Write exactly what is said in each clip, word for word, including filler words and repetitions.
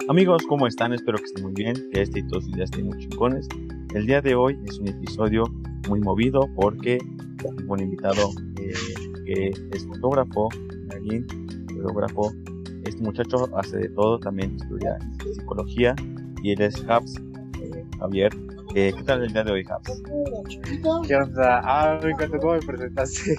Amigos, ¿cómo están? Espero que estén muy bien, que este y todos los días estén muy chingones. El día de hoy es un episodio muy movido porque tengo un invitado eh, que es fotógrafo, Narin, fotógrafo. Este muchacho hace de todo, también estudia psicología y él es Habs, eh, Javier. Eh, ¿Qué tal el día de hoy, Habs? ¿Qué onda? Ah, me encantó cómo me presentaste.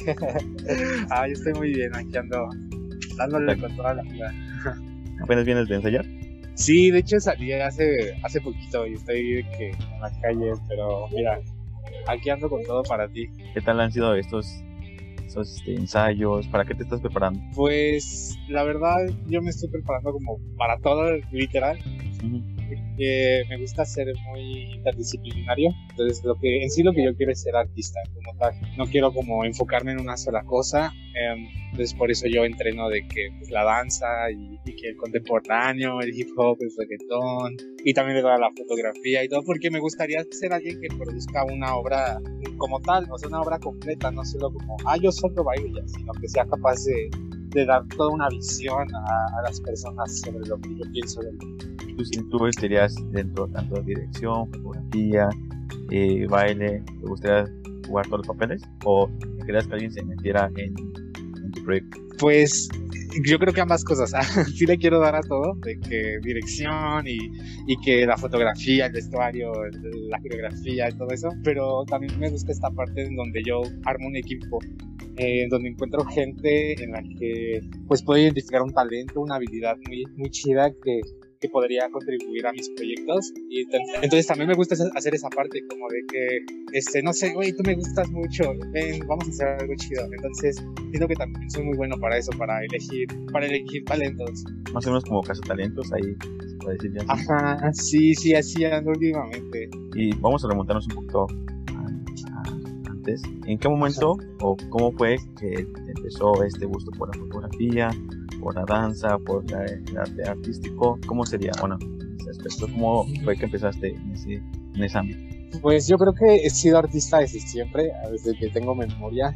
Ah, yo estoy muy bien, aquí ando dándole con toda la vida. ¿Apenas vienes de ensayar? Sí, de hecho salí hace, hace poquito y estoy de que en la calle, pero mira, aquí ando con todo para ti. ¿Qué tal han sido estos, estos este, ensayos? ¿Para qué te estás preparando? Pues la verdad yo me estoy preparando como para todo, literal. Uh-huh. Porque me gusta ser muy interdisciplinario, entonces lo que en sí lo que yo quiero es ser artista como tal, no quiero como enfocarme en una sola cosa, eh, entonces por eso yo entreno de que pues, la danza y, y que el contemporáneo, el hip hop, el reggaetón y también de toda la fotografía y todo, porque me gustaría ser alguien que produzca una obra como tal, o sea una obra completa, no solo como ah yo solo bailo ya, sino que sea capaz de, de dar toda una visión a, a las personas sobre lo que yo pienso de mí. Tú, tú estarías dentro tanto de dirección, fotografía, eh, baile, ¿te gustaría jugar todos los papeles? ¿O querías que alguien se metiera en, en tu proyecto? Pues yo creo que ambas cosas. Sí le quiero dar a todo, de que dirección y, y que la fotografía, el vestuario, la coreografía y todo eso, pero también me gusta esta parte en donde yo armo un equipo, eh, donde encuentro gente en la que pues puedo identificar un talento, una habilidad muy, muy chida que que podría contribuir a mis proyectos y t- entonces también me gusta hacer esa parte como de que este no sé güey tú me gustas mucho, ven vamos a hacer algo chido, entonces siento que también soy muy bueno para eso, para elegir para elegir talentos, más o menos como cazatalentos ahí se puede decir ya. Ajá, sí sí así ando últimamente. Y vamos a remontarnos un poquito a, a, antes. ¿En qué momento o cómo fue que te empezó este gusto por la fotografía, por la danza, por la, el arte artístico? ¿Cómo sería? Bueno, en ese aspecto, ¿cómo fue que empezaste en ese, en ese ámbito? Pues yo creo que he sido artista desde siempre, desde que tengo memoria,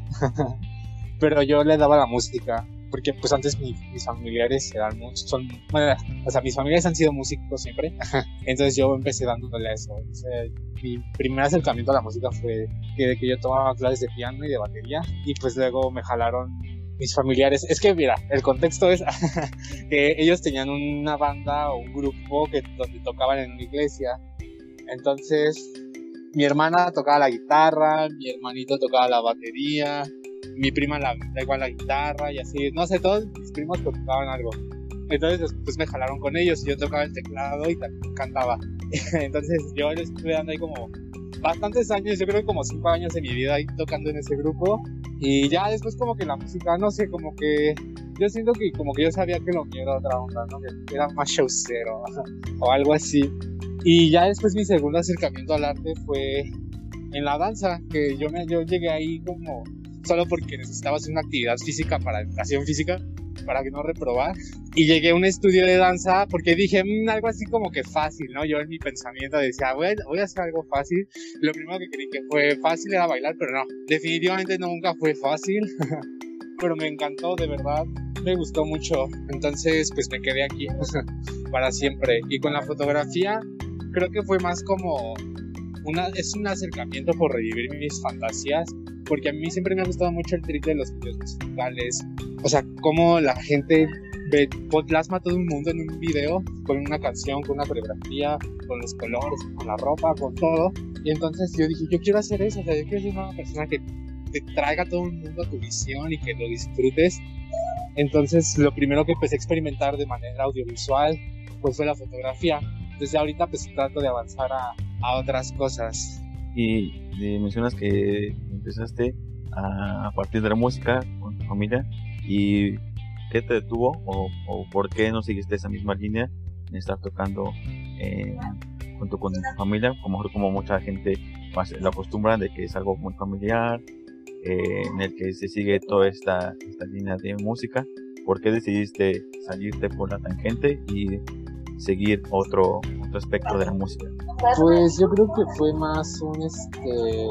pero yo le daba la música, porque pues antes mi, mis familiares eran muchos, son, bueno, o sea, mis familiares han sido músicos siempre, entonces yo empecé dándole a eso. O sea, mi primer acercamiento a la música fue que, de que yo tomaba clases de piano y de batería, y pues luego me jalaron mis familiares. Es que mira, el contexto es que ellos tenían una banda o un grupo que, donde tocaban en una iglesia, entonces mi hermana tocaba la guitarra, mi hermanito tocaba la batería, mi prima la, da igual la guitarra y así, no sé, todos mis primos tocaban algo. Entonces después me jalaron con ellos y yo tocaba el teclado y también cantaba. Entonces yo les estuve dando ahí como bastantes años, yo creo que como cinco años de mi vida ahí tocando en ese grupo. Y ya después como que la música, no sé, como que yo siento que como que yo sabía que lo mío era otra onda, ¿no? Que era más showcero o algo así. Y ya después mi segundo acercamiento al arte fue en la danza, que yo, me, yo llegué ahí como solo porque necesitaba hacer una actividad física para educación física, para que no reprobar. Y llegué a un estudio de danza porque dije, mmm, algo así como que fácil, ¿no? Yo en mi pensamiento decía, voy a, voy a hacer algo fácil. Lo primero que creí que fue fácil era bailar, pero no, definitivamente nunca fue fácil. Pero me encantó, de verdad, me gustó mucho. Entonces, pues me quedé aquí para siempre. Y con la fotografía, creo que fue más como, una, es un acercamiento por revivir mis fantasías, porque a mí siempre me ha gustado mucho el trip de los videos musicales. O sea, cómo la gente ve, plasma todo un mundo en un video, con una canción, con una coreografía, con los colores, con la ropa, con todo. Y entonces yo dije, yo quiero hacer eso, o sea, yo quiero ser una persona que te traiga todo el mundo a tu visión y que lo disfrutes. Entonces lo primero que empecé a experimentar de manera audiovisual pues fue la fotografía. Desde ahorita pues trato de avanzar a, a otras cosas. Y eh, mencionas que empezaste a, a partir de la música con tu familia, y ¿qué te detuvo o, o por qué no seguiste esa misma línea de estar tocando eh, junto con tu familia? Como, como mucha gente lo acostumbra, de que es algo muy familiar, eh, en el que se sigue toda esta, esta línea de música. ¿Por qué decidiste salirte por la tangente y seguir otro, otro aspecto de la música? Pues yo creo que fue más un este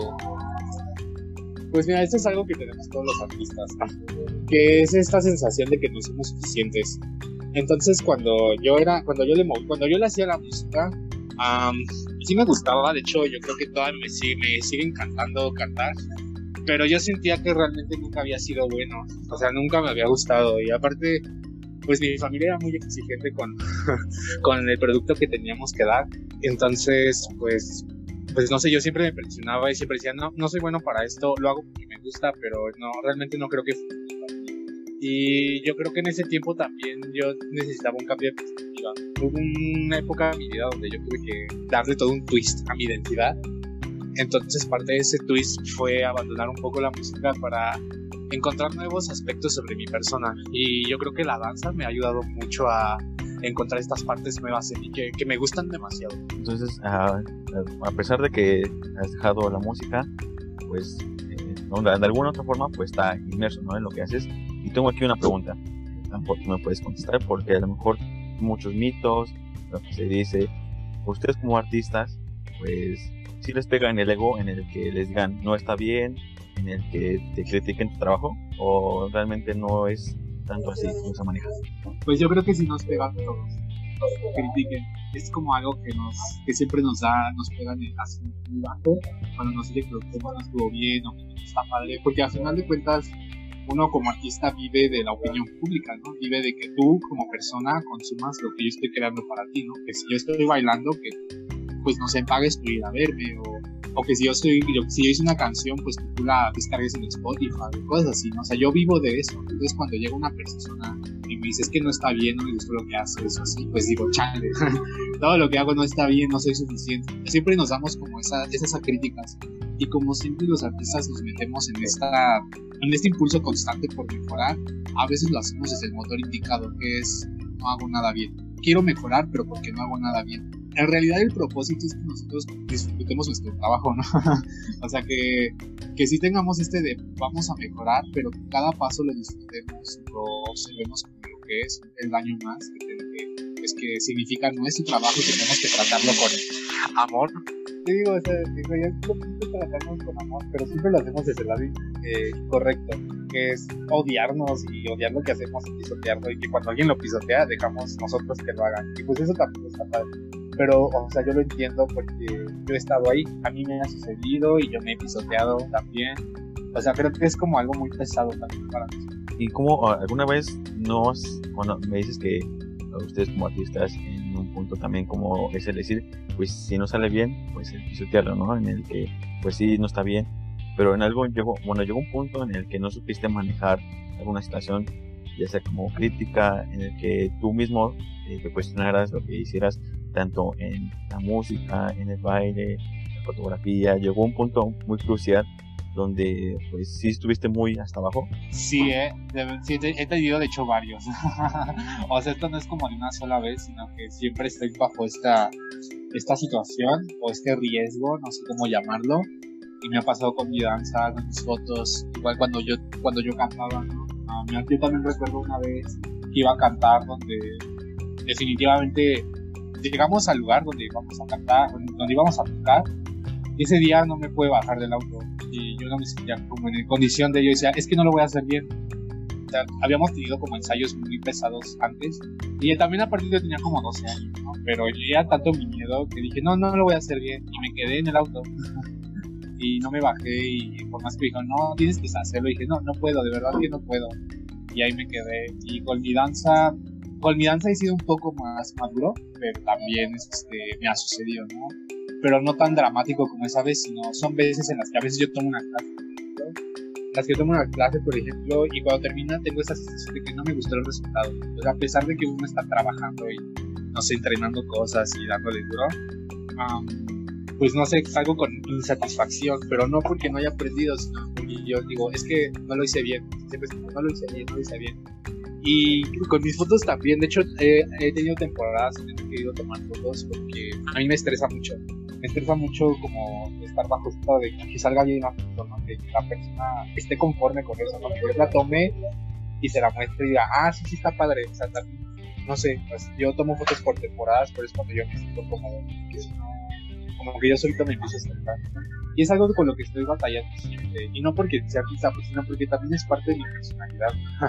pues mira, esto es algo que tenemos todos los artistas, que es esta sensación de que no somos suficientes. Entonces cuando yo era, cuando yo le moví, cuando yo le hacía la música, um, sí me gustaba, de hecho yo creo que todavía me sigue, me sigue encantando cantar, pero yo sentía que realmente nunca había sido bueno, o sea, nunca me había gustado, y aparte, pues mi familia era muy exigente con, con el producto que teníamos que dar, entonces, pues, pues no sé, yo siempre me presionaba y siempre decía, no, no soy bueno para esto, lo hago porque me gusta, pero no, realmente no creo que funcione. Y yo creo que en ese tiempo también yo necesitaba un cambio de perspectiva. Hubo una época en mi vida donde yo tuve que darle todo un twist a mi identidad. Entonces parte de ese twist fue abandonar un poco la música para encontrar nuevos aspectos sobre mi persona. Y yo creo que la danza me ha ayudado mucho a encontrar estas partes nuevas en mí que, que me gustan demasiado. Entonces, a, a pesar de que has dejado la música, pues eh, de alguna otra forma pues está inmerso, ¿no?, en lo que haces. Y tengo aquí una pregunta, tampoco me puedes contestar porque a lo mejor muchos mitos, lo que se dice, ustedes como artistas, pues sí les pega en el ego, en el que les digan no está bien, en el que te critiquen tu trabajo, o realmente no es tanto así como se maneja. Pues yo creo que sí nos pega a todos, nos critiquen, es como algo que nos, que siempre nos da, nos pegan así muy bajo, cuando nos dicen que el tema no estuvo bien o que no está padre, porque al final de cuentas uno como artista vive de la opinión pública, ¿no? Vive de que tú como persona consumas lo que yo estoy creando para ti, ¿no? Que si yo estoy bailando, que pues no sé, pagues tu ir a verme, o, o que si yo estoy, si yo hice una canción, pues que tú la descargues en Spotify, cosas así, ¿no? O sea, yo vivo de eso. Entonces cuando llega una persona y me dice es que no está bien, no me gustó lo que haces, eso así, pues digo, chale, todo lo que hago no está bien, no soy suficiente. Siempre nos damos como esa, esas críticas, y como siempre los artistas nos metemos en esta en este impulso constante por mejorar, a veces lo hacemos desde el motor indicado, que es no hago nada bien, quiero mejorar pero porque no hago nada bien. En realidad el propósito es que nosotros disfrutemos nuestro trabajo, ¿no? O sea, que, que sí tengamos este de vamos a mejorar, pero que cada paso lo disfrutemos, lo observemos como lo que es el año más, que, que, es que significa nuestro trabajo y tenemos que tratarlo con amor. Te digo, o sea, digo, yo lo que tratamos con amor, pero siempre lo hacemos desde el lado eh, correcto, que es odiarnos y odiar lo que hacemos y pisotearlo, y que cuando alguien lo pisotea dejamos nosotros que lo hagan, y pues eso también está padre. Pero, o sea, yo lo entiendo porque yo he estado ahí, a mí me ha sucedido y yo me he pisoteado también. O sea, creo que es como algo muy pesado también para mí. ¿Y cómo alguna vez nos, cuando me dices que ustedes como artistas en un punto también como es el decir, pues si no sale bien, pues el pisotearlo, ¿no? En el que, pues sí, no está bien, pero en algo llegó, bueno, llegó un punto en el que no supiste manejar alguna situación, ya sea como crítica, en el que tú mismo eh, te cuestionaras lo que hicieras, tanto en la música, en el baile, la fotografía. Llegó un punto muy crucial donde pues sí estuviste muy hasta abajo. Sí, eh, de, sí he tenido de hecho varios. O sea, esto no es como de una sola vez, sino que siempre estoy bajo esta, esta situación o este riesgo, no sé cómo llamarlo. Y me ha pasado con mi danza, con mis fotos, igual cuando yo, cuando yo cantaba, ¿no? Uh, yo también recuerdo una vez que iba a cantar donde definitivamente llegamos al lugar donde íbamos a cantar, donde íbamos a tocar, y ese día no me pude bajar del auto y yo no me sentía como en condición de, yo decía, es que no lo voy a hacer bien. O sea, habíamos tenido como ensayos muy pesados antes, y también a partir de yo tenía como doce años, ¿no? Pero yo ya tanto mi miedo que dije, no, no lo voy a hacer bien, y me quedé en el auto y no me bajé, y por más que dijo, no, tienes que hacerlo, y dije, no, no puedo, de verdad que no puedo, y ahí me quedé. Y con mi danza Con mi danza he sido un poco más maduro, pero también este, me ha sucedido, ¿no? Pero no tan dramático como esa vez, sino son veces en las que a veces yo tomo una clase, por ejemplo, en las que yo tomo una clase, por ejemplo, y cuando termina tengo esa sensación de que no me gustó el resultado. O sea, a pesar de que uno está trabajando y, no sé, entrenando cosas y dándole duro, um, pues no sé, salgo con insatisfacción, pero no porque no haya aprendido, sino porque yo digo, es que no lo hice bien. Siempre es como, no lo hice bien, no lo hice bien. Y con mis fotos también, de hecho eh, he tenido temporadas en las que he querido tomar fotos porque a mí me estresa mucho, me estresa mucho como estar bajo esto de que salga bien la foto, ¿no? Que la persona esté conforme con eso, ¿no? Que yo la tome y se la muestre y diga, ah, sí, sí está padre, o sea, también, no sé, pues yo tomo fotos por temporadas, pero es cuando yo me siento como que si no, como que yo solito me empiezo a estresar, ¿no? Y es algo con lo que estoy batallando siempre, y no porque sea artista, pues, sino porque también es parte de mi personalidad.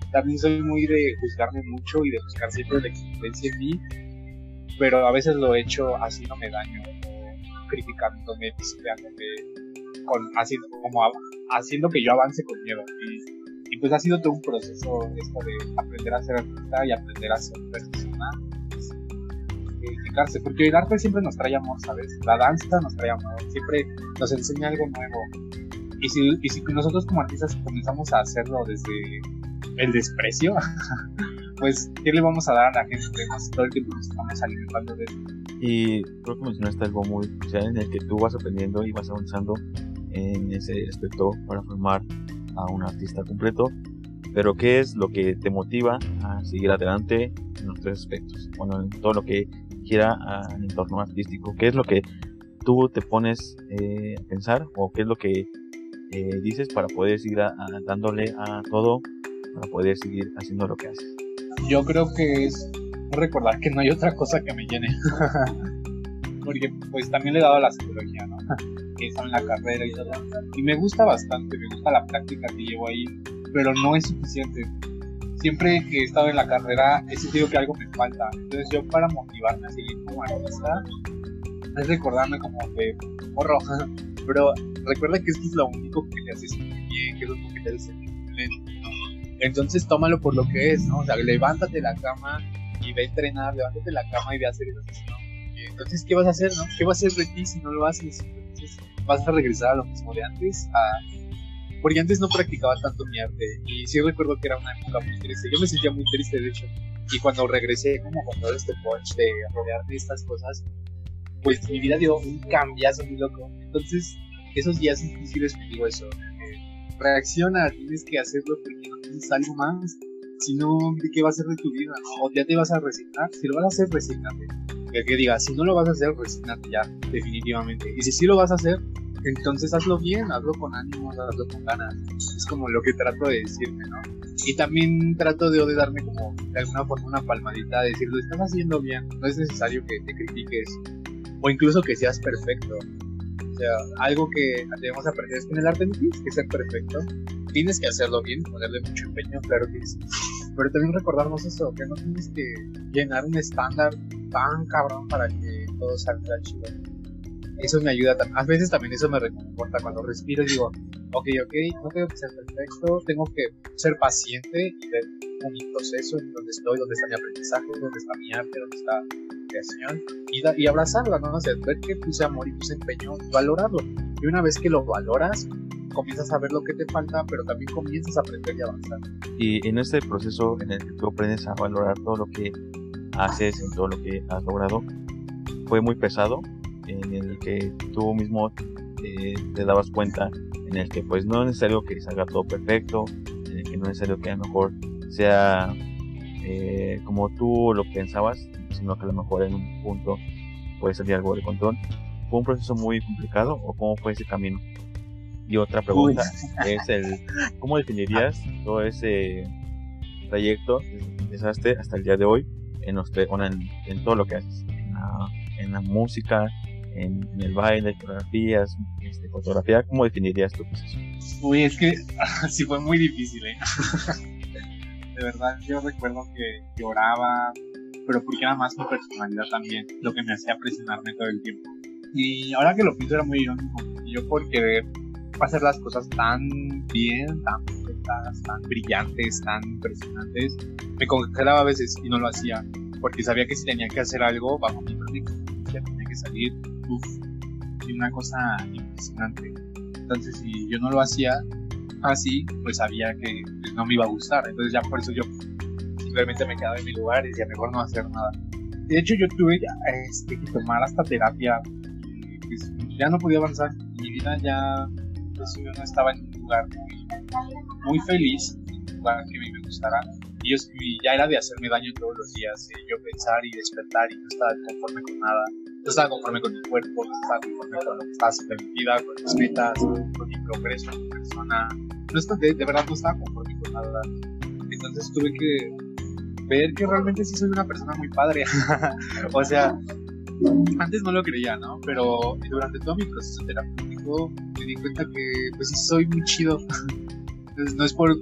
también soy muy de juzgarme mucho y de buscar siempre la excelencia en mí, pero a veces lo he hecho haciéndome daño, o criticándome, pisoteándome, con, haciendo, como a, haciendo que yo avance con miedo. Y, y pues ha sido todo un proceso esto de aprender a ser artista y aprender a ser persona, pues, edificarse, porque el arte siempre nos trae amor, ¿sabes? La danza nos trae amor, siempre nos enseña algo nuevo. Y si, y si nosotros como artistas comenzamos a hacerlo desde el desprecio, pues ¿qué le vamos a dar a la gente? Más todo el tiempo nos estamos alimentando de eso. Y creo que mencionaste algo muy especial en el que tú vas aprendiendo y vas avanzando en ese aspecto para formar a un artista completo. Pero ¿qué es lo que te motiva a seguir adelante en los tres aspectos? Bueno, en todo lo que quiera al entorno artístico. ¿Qué es lo que tú te pones eh, a pensar o qué es lo que eh, dices para poder seguir a, a, dándole a todo, para poder seguir haciendo lo que haces? Yo creo que es recordar que no hay otra cosa que me llene. Porque pues también le he dado a la psicología, ¿no? Que está en la carrera y todo. Y me gusta bastante, me gusta la práctica que llevo ahí, pero no es suficiente. Siempre que he estado en la carrera he sentido que algo me falta. Entonces yo, para motivarme a seguir como artista, es recordarme como de morro, pero recuerda que esto es lo único que te hace sentir bien, que es lo único que te hace sentir bien. Entonces tómalo por lo que es, ¿no? O sea, levántate de la cama y ve a entrenar, levántate de la cama y ve a hacer eso, ¿no? Y entonces, ¿qué vas a hacer, no? ¿Qué va a hacer de ti si no lo haces? Entonces vas a regresar a lo mismo de antes, a... porque antes no practicaba tanto mi arte, y sí recuerdo que era una época muy triste. Yo me sentía muy triste, de hecho, y cuando regresé como con todo este punch de rodearme de estas cosas, pues mi vida dio un cambiazo muy loco. Entonces, esos días difíciles me digo eso, eh, reacciona, tienes que hacerlo porque no tienes algo más, si no, ¿de qué va a ser de tu vida? ¿No? O ya te vas a resignar. Si lo vas a hacer, resígnate. Que, que diga, si no lo vas a hacer, resígnate ya, definitivamente. Y si sí lo vas a hacer, entonces hazlo bien, hazlo con ánimos, hazlo con ganas. Es como lo que trato de decirme, ¿no? Y también trato de, de darme como de alguna forma una palmadita, de decir, lo estás haciendo bien, no es necesario que te critiques o incluso que seas perfecto. O sea, algo que debemos aprender es que en el arte no tienes que ser perfecto, tienes que hacerlo bien, ponerle mucho empeño, claro que sí, pero también recordarnos eso, que no tienes que llenar un estándar tan cabrón para que todo salga chido. Eso me ayuda, a veces también eso me reconforta cuando respiro y digo, ok, ok, no tengo que ser perfecto, tengo que ser paciente y ver mi proceso, en dónde estoy, dónde está mi aprendizaje, dónde está mi arte, dónde está mi creación, y, da, y abrazarla, ¿no? O sea, ver que puse amor y puse empeño, valorarlo. Y una vez que lo valoras, comienzas a ver lo que te falta, pero también comienzas a aprender y avanzar. Y en este proceso en el que tú aprendes a valorar todo lo que haces, en todo lo que has logrado, fue muy pesado, en el que tú mismo eh, te dabas cuenta, en el que pues no es necesario que salga todo perfecto, en el que no es necesario que a lo mejor sea eh, como tú lo pensabas, sino que a lo mejor en un punto puede salir algo de control. ¿Fue un proceso muy complicado o cómo fue ese camino? Y otra pregunta Uy. es el ¿cómo definirías todo ese trayecto desde que empezaste hasta el día de hoy en, los tre- en, en todo lo que haces? En la, en la música, en, en el baile, coreografías, este, fotografía, ¿cómo definirías tu proceso? Uy, es que sí fue muy difícil, ¿eh? De verdad, yo recuerdo que lloraba, pero porque era más mi personalidad también, lo que me hacía presionarme todo el tiempo. Y ahora que lo pienso era muy irónico, yo por querer hacer las cosas tan bien, tan perfectas, tan brillantes, tan impresionantes, me congelaba a veces y no lo hacía, porque sabía que si tenía que hacer algo bajo mi propia conciencia tenía que salir, uff, y una cosa impresionante. Entonces si yo no lo hacía así, pues sabía que pues, no me iba a gustar, entonces ya por eso yo simplemente me quedaba en mi lugar y decía mejor no hacer nada. De hecho yo tuve este, que tomar hasta terapia, y, pues, ya no podía avanzar, mi vida ya pues, yo no estaba en un lugar muy, muy feliz, un lugar que a mí me gustara, y, yo, y ya era de hacerme daño todos los días, eh, yo pensar y despertar y no estaba conforme con nada, no estaba conforme con mi cuerpo, no estaba conforme con lo que estaba haciendo en mi vida, con mis metas, con mi progreso como persona, no estaba, de, de verdad no estaba conforme con nada. Entonces tuve que ver que realmente sí soy una persona muy padre. O sea, antes no lo creía, ¿no? Pero durante todo mi proceso terapéutico me di cuenta que pues sí soy muy chido. Entonces no es por,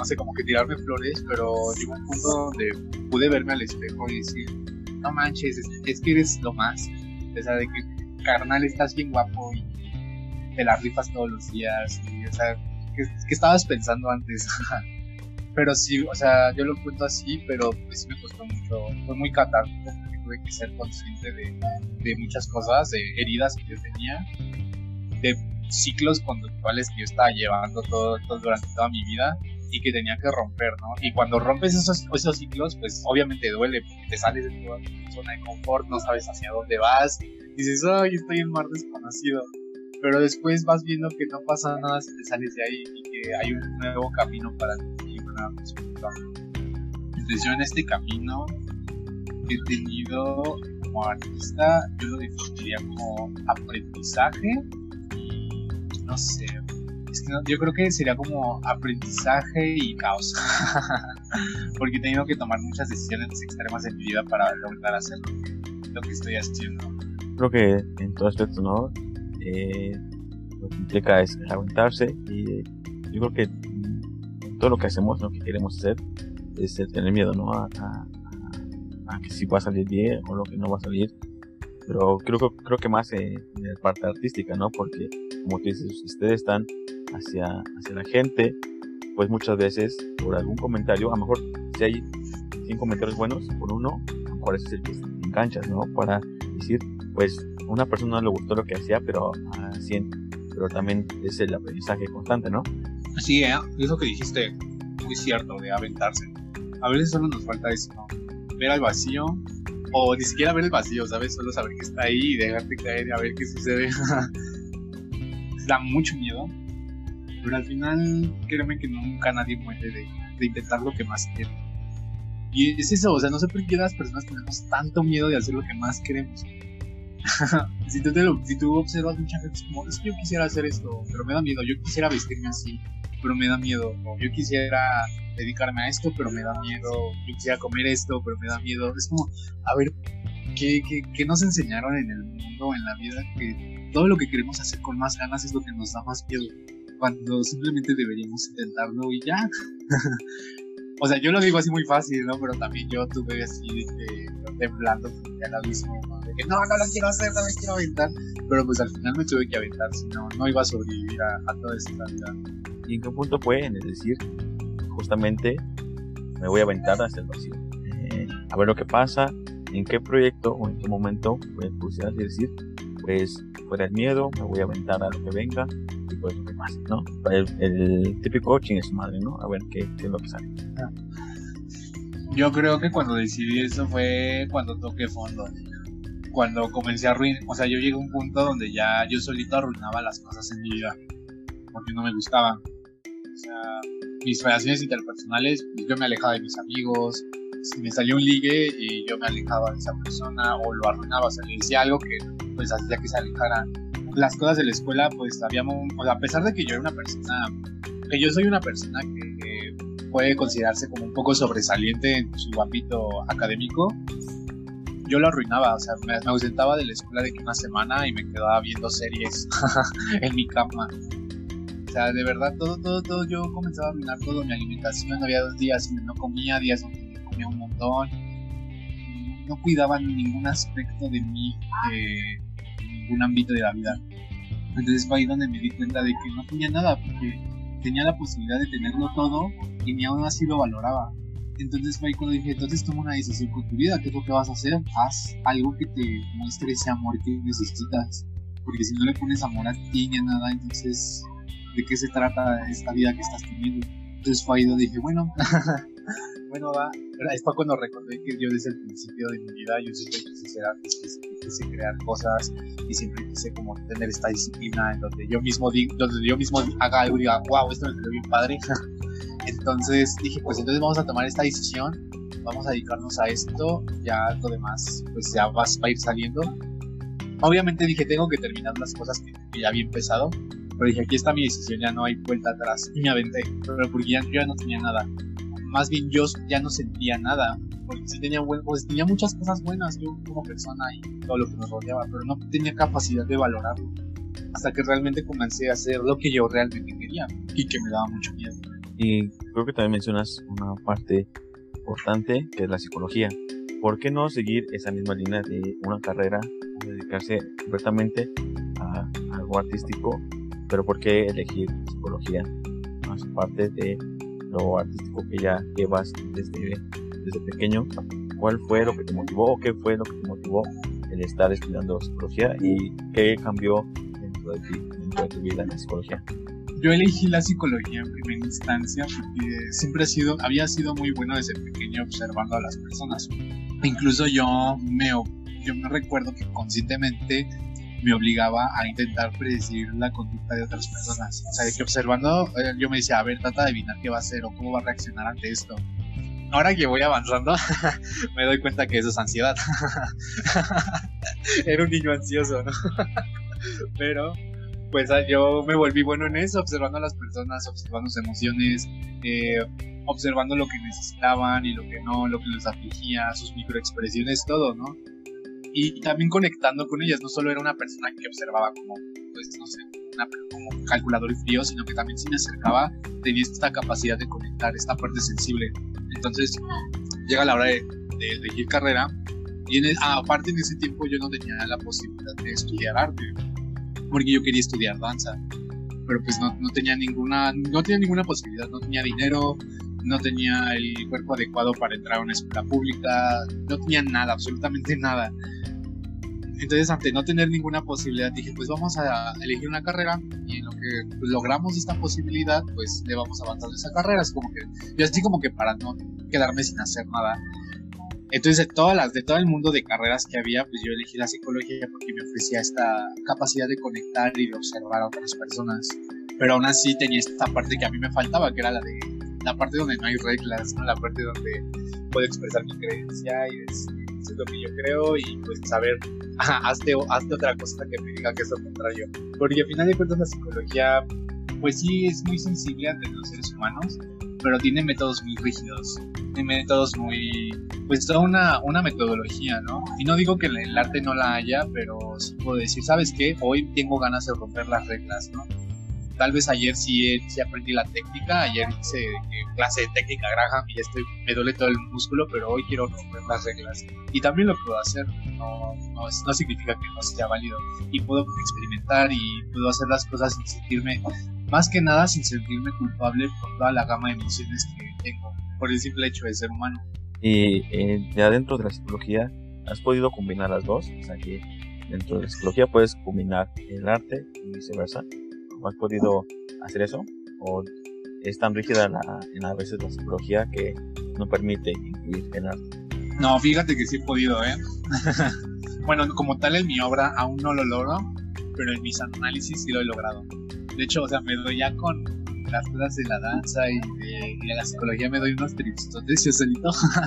no sé, como que tirarme flores, pero llegó un punto donde pude verme al espejo y decir, no manches, es, es que eres lo más, o sea, de que carnal estás bien guapo y te la rifas todos los días, y, o sea, ¿qué, qué estabas pensando antes? Pero sí, o sea, yo lo cuento así, pero pues sí me costó mucho, fue muy catártico, porque tuve que ser consciente de, de muchas cosas, de heridas que yo tenía, de ciclos conductuales que yo estaba llevando todo, todo durante toda mi vida y que tenía que romper, ¿no? Y cuando rompes esos, esos ciclos, pues obviamente duele, porque te sales de tu zona de confort, no sabes hacia dónde vas, dices, ay, estoy en un mar desconocido, pero después vas viendo que no pasa nada si te sales de ahí y que hay un nuevo camino para ti, una perspectiva. Entonces yo en este camino que he tenido como artista, yo lo definiría como aprendizaje. No sé, es que no, yo creo que sería como aprendizaje y caos, porque he tenido que tomar muchas decisiones extremas en mi vida para lograr hacer lo que, lo que estoy haciendo. Creo que en todo aspecto, ¿no? Eh, lo que implica es aguantarse, y eh, yo creo que todo lo que hacemos, lo que queremos hacer, es el tener miedo, ¿no? A, a, a que si va a salir bien o lo que no va a salir. Pero creo, creo que más en, en la parte artística, ¿no? Porque, como tú dices, ustedes están hacia, hacia la gente, pues muchas veces por algún comentario, a lo mejor si hay cien comentarios buenos, por uno, a lo mejor ese es el que te enganchas, ¿no? Para decir, pues, a una persona no le gustó lo que hacía, pero a cien, pero también es el aprendizaje constante, ¿no? Sí, ¿eh? Eso que dijiste, muy cierto, de aventarse. A veces solo nos falta eso, ¿no? Ver al vacío, o ni siquiera ver el vacío, ¿sabes? Solo saber que está ahí y dejarte caer y a ver qué sucede. Da mucho miedo, pero al final créeme que nunca nadie muere de, de intentar lo que más quiere. Y es eso, o sea, no sé por qué las personas tenemos tanto miedo de hacer lo que más queremos. si, tú te lo, si tú observas mucha gente es como, es que yo quisiera hacer esto, pero me da miedo. Yo quisiera vestirme así, pero me da miedo. O yo quisiera dedicarme a esto, pero me da miedo. Yo quisiera comer esto, pero me da miedo. Es como, a ver, ¿qué, qué, qué nos enseñaron en el mundo, en la vida? Que todo lo que queremos hacer con más ganas es lo que nos da más miedo, cuando simplemente deberíamos intentarlo y ya. O sea, yo lo digo así muy fácil, ¿no? Pero también yo tuve así de que temblando frente al abismo, ¿no? De que no, no lo quiero hacer, no me quiero aventar. Pero pues al final me tuve que aventar, si no, no iba a sobrevivir a, a toda esta vida. ¿Y en qué punto fue en el decir, justamente, me voy a aventar hacia el vacío? Eh, a ver lo que pasa, en qué proyecto o en qué momento pues, pusieras y decir, pues fuera el miedo, me voy a aventar a lo que venga y pues lo que pasa, ¿no? El, el típico chingue su madre, ¿no? A ver qué, qué es lo que sale. Yo creo que cuando decidí eso fue cuando toqué fondo, cuando comencé a arruinar, o sea, yo llegué a un punto donde ya yo solito arruinaba las cosas en mi vida porque no me gustaban. O sea, mis relaciones interpersonales, pues yo me alejaba de mis amigos. Si me salió un ligue y yo me alejaba de esa persona o lo arruinaba, o sea, le decía algo que pues hacía que se alejara. Las cosas de la escuela, pues habíamos, o sea, a pesar de que yo era una persona, que yo soy una persona que, que puede considerarse como un poco sobresaliente en su ámbito académico, yo lo arruinaba, o sea, me, me ausentaba de la escuela de que una semana y me quedaba viendo series en mi cama. O sea, de verdad, todo, todo, todo, yo comenzaba a arruinar todo, mi alimentación, había dos días donde no comía, días donde comía un montón, no cuidaba ningún aspecto de mí, eh, en ningún ámbito de la vida. Entonces fue ahí donde me di cuenta de que no tenía nada, porque tenía la posibilidad de tenerlo todo y ni aún así lo valoraba. Entonces fue ahí cuando dije, entonces toma una decisión con tu vida, ¿qué es lo que vas a hacer? Haz algo que te muestre ese amor que necesitas, porque si no le pones amor a ti ni a nada, entonces ¿de qué se trata esta vida que estás teniendo? Entonces fue ahí donde dije, bueno, bueno, va. Es para cuando recordé que yo desde el principio de mi vida yo siempre quise ser artista, siempre quise crear cosas y siempre quise como tener esta disciplina en donde yo mismo digo, donde yo mismo haga algo y diga, wow, esto me quedó bien padre. Entonces dije, pues entonces vamos a tomar esta decisión, vamos a dedicarnos a esto, ya lo demás pues ya va, va a ir saliendo. Obviamente dije, tengo que terminar las cosas que, que ya había empezado, pero dije, aquí está mi decisión, ya no hay vuelta atrás, y me aventé, pero porque ya, yo ya no tenía nada. Más bien yo ya no sentía nada, porque sí tenía, buen, pues tenía muchas cosas buenas yo como persona y todo lo que me rodeaba, pero no tenía capacidad de valorarlo hasta que realmente comencé a hacer lo que yo realmente quería y que me daba mucho miedo. Y creo que también mencionas una parte importante que es la psicología. ¿Por qué no seguir esa misma línea de una carrera, dedicarse completamente a algo artístico, pero por qué elegir psicología más parte de lo artístico que ya llevas desde, desde pequeño? ¿Cuál fue lo que te motivó o qué fue lo que te motivó el estar estudiando psicología y qué cambió dentro de ti, dentro de tu vida en la psicología? Yo elegí la psicología en primera instancia porque siempre ha sido, había sido muy bueno desde pequeño observando a las personas. Incluso yo me, yo me recuerdo que conscientemente me obligaba a intentar predecir la conducta de otras personas. O sea, de que observando, eh, yo me decía, a ver, trata de adivinar qué va a hacer o cómo va a reaccionar ante esto. Ahora que voy avanzando, me doy cuenta que eso es ansiedad. Era un niño ansioso, ¿no? Pero, pues yo me volví bueno en eso, observando a las personas, observando sus emociones, eh, observando lo que necesitaban y lo que no, lo que les afligía, sus microexpresiones, todo, ¿no? Y también conectando con ellas, no solo era una persona que observaba como, pues, no sé, una, como calculador y frío, sino que también si me acercaba tenía esta capacidad de conectar, esta parte sensible. Entonces llega la hora de, de elegir carrera y en el, ah, aparte en ese tiempo yo no tenía la posibilidad de estudiar arte porque yo quería estudiar danza, pero pues no, no tenía ninguna no tenía ninguna posibilidad, no tenía dinero, no tenía el cuerpo adecuado para entrar a una escuela pública, no tenía nada, absolutamente nada. Entonces, ante no tener ninguna posibilidad, dije, pues vamos a elegir una carrera y en lo que pues, logramos esta posibilidad, pues le vamos avanzando esa carrera. Es como que, yo así como que para no quedarme sin hacer nada. Entonces, de todas las, de todo el mundo de carreras que había, pues yo elegí la psicología porque me ofrecía esta capacidad de conectar y de observar a otras personas. Pero aún así tenía esta parte que a mí me faltaba, que era la de la parte donde no hay reglas, ¿no? La parte donde puedo expresar mi creencia y decir es lo que yo creo y pues saber, ajá, hazte, hazte otra cosa que me diga que es lo contrario. Porque al final de cuentas la psicología, pues sí es muy sensible ante los seres humanos, pero tiene métodos muy rígidos, tiene métodos muy, pues toda una, una metodología, ¿no? Y no digo que en el arte no la haya, pero sí puedo decir, ¿sabes qué? Hoy tengo ganas de romper las reglas, ¿no? Tal vez ayer sí, sí aprendí la técnica, ayer hice eh, clase de técnica Graham y ya estoy, me duele todo el músculo, pero hoy quiero romper las reglas. Y también lo puedo hacer, no, no, no significa que no sea válido. Y puedo experimentar y puedo hacer las cosas sin sentirme, más que nada sin sentirme culpable por toda la gama de emociones que tengo, por el simple hecho de ser humano. Y eh, ya dentro de la psicología, ¿has podido combinar las dos? O sea que dentro de la psicología puedes combinar el arte y viceversa. ¿Has podido hacer eso? ¿O es tan rígida la, en a veces la psicología que no permite incluir el arte? No, fíjate que sí he podido, ¿eh? Bueno, como tal en mi obra aún no lo logro, pero en mis análisis sí lo he logrado. De hecho, o sea, me doy ya con las cosas de la danza y de, y de la psicología, me doy unos tristotes yo solito.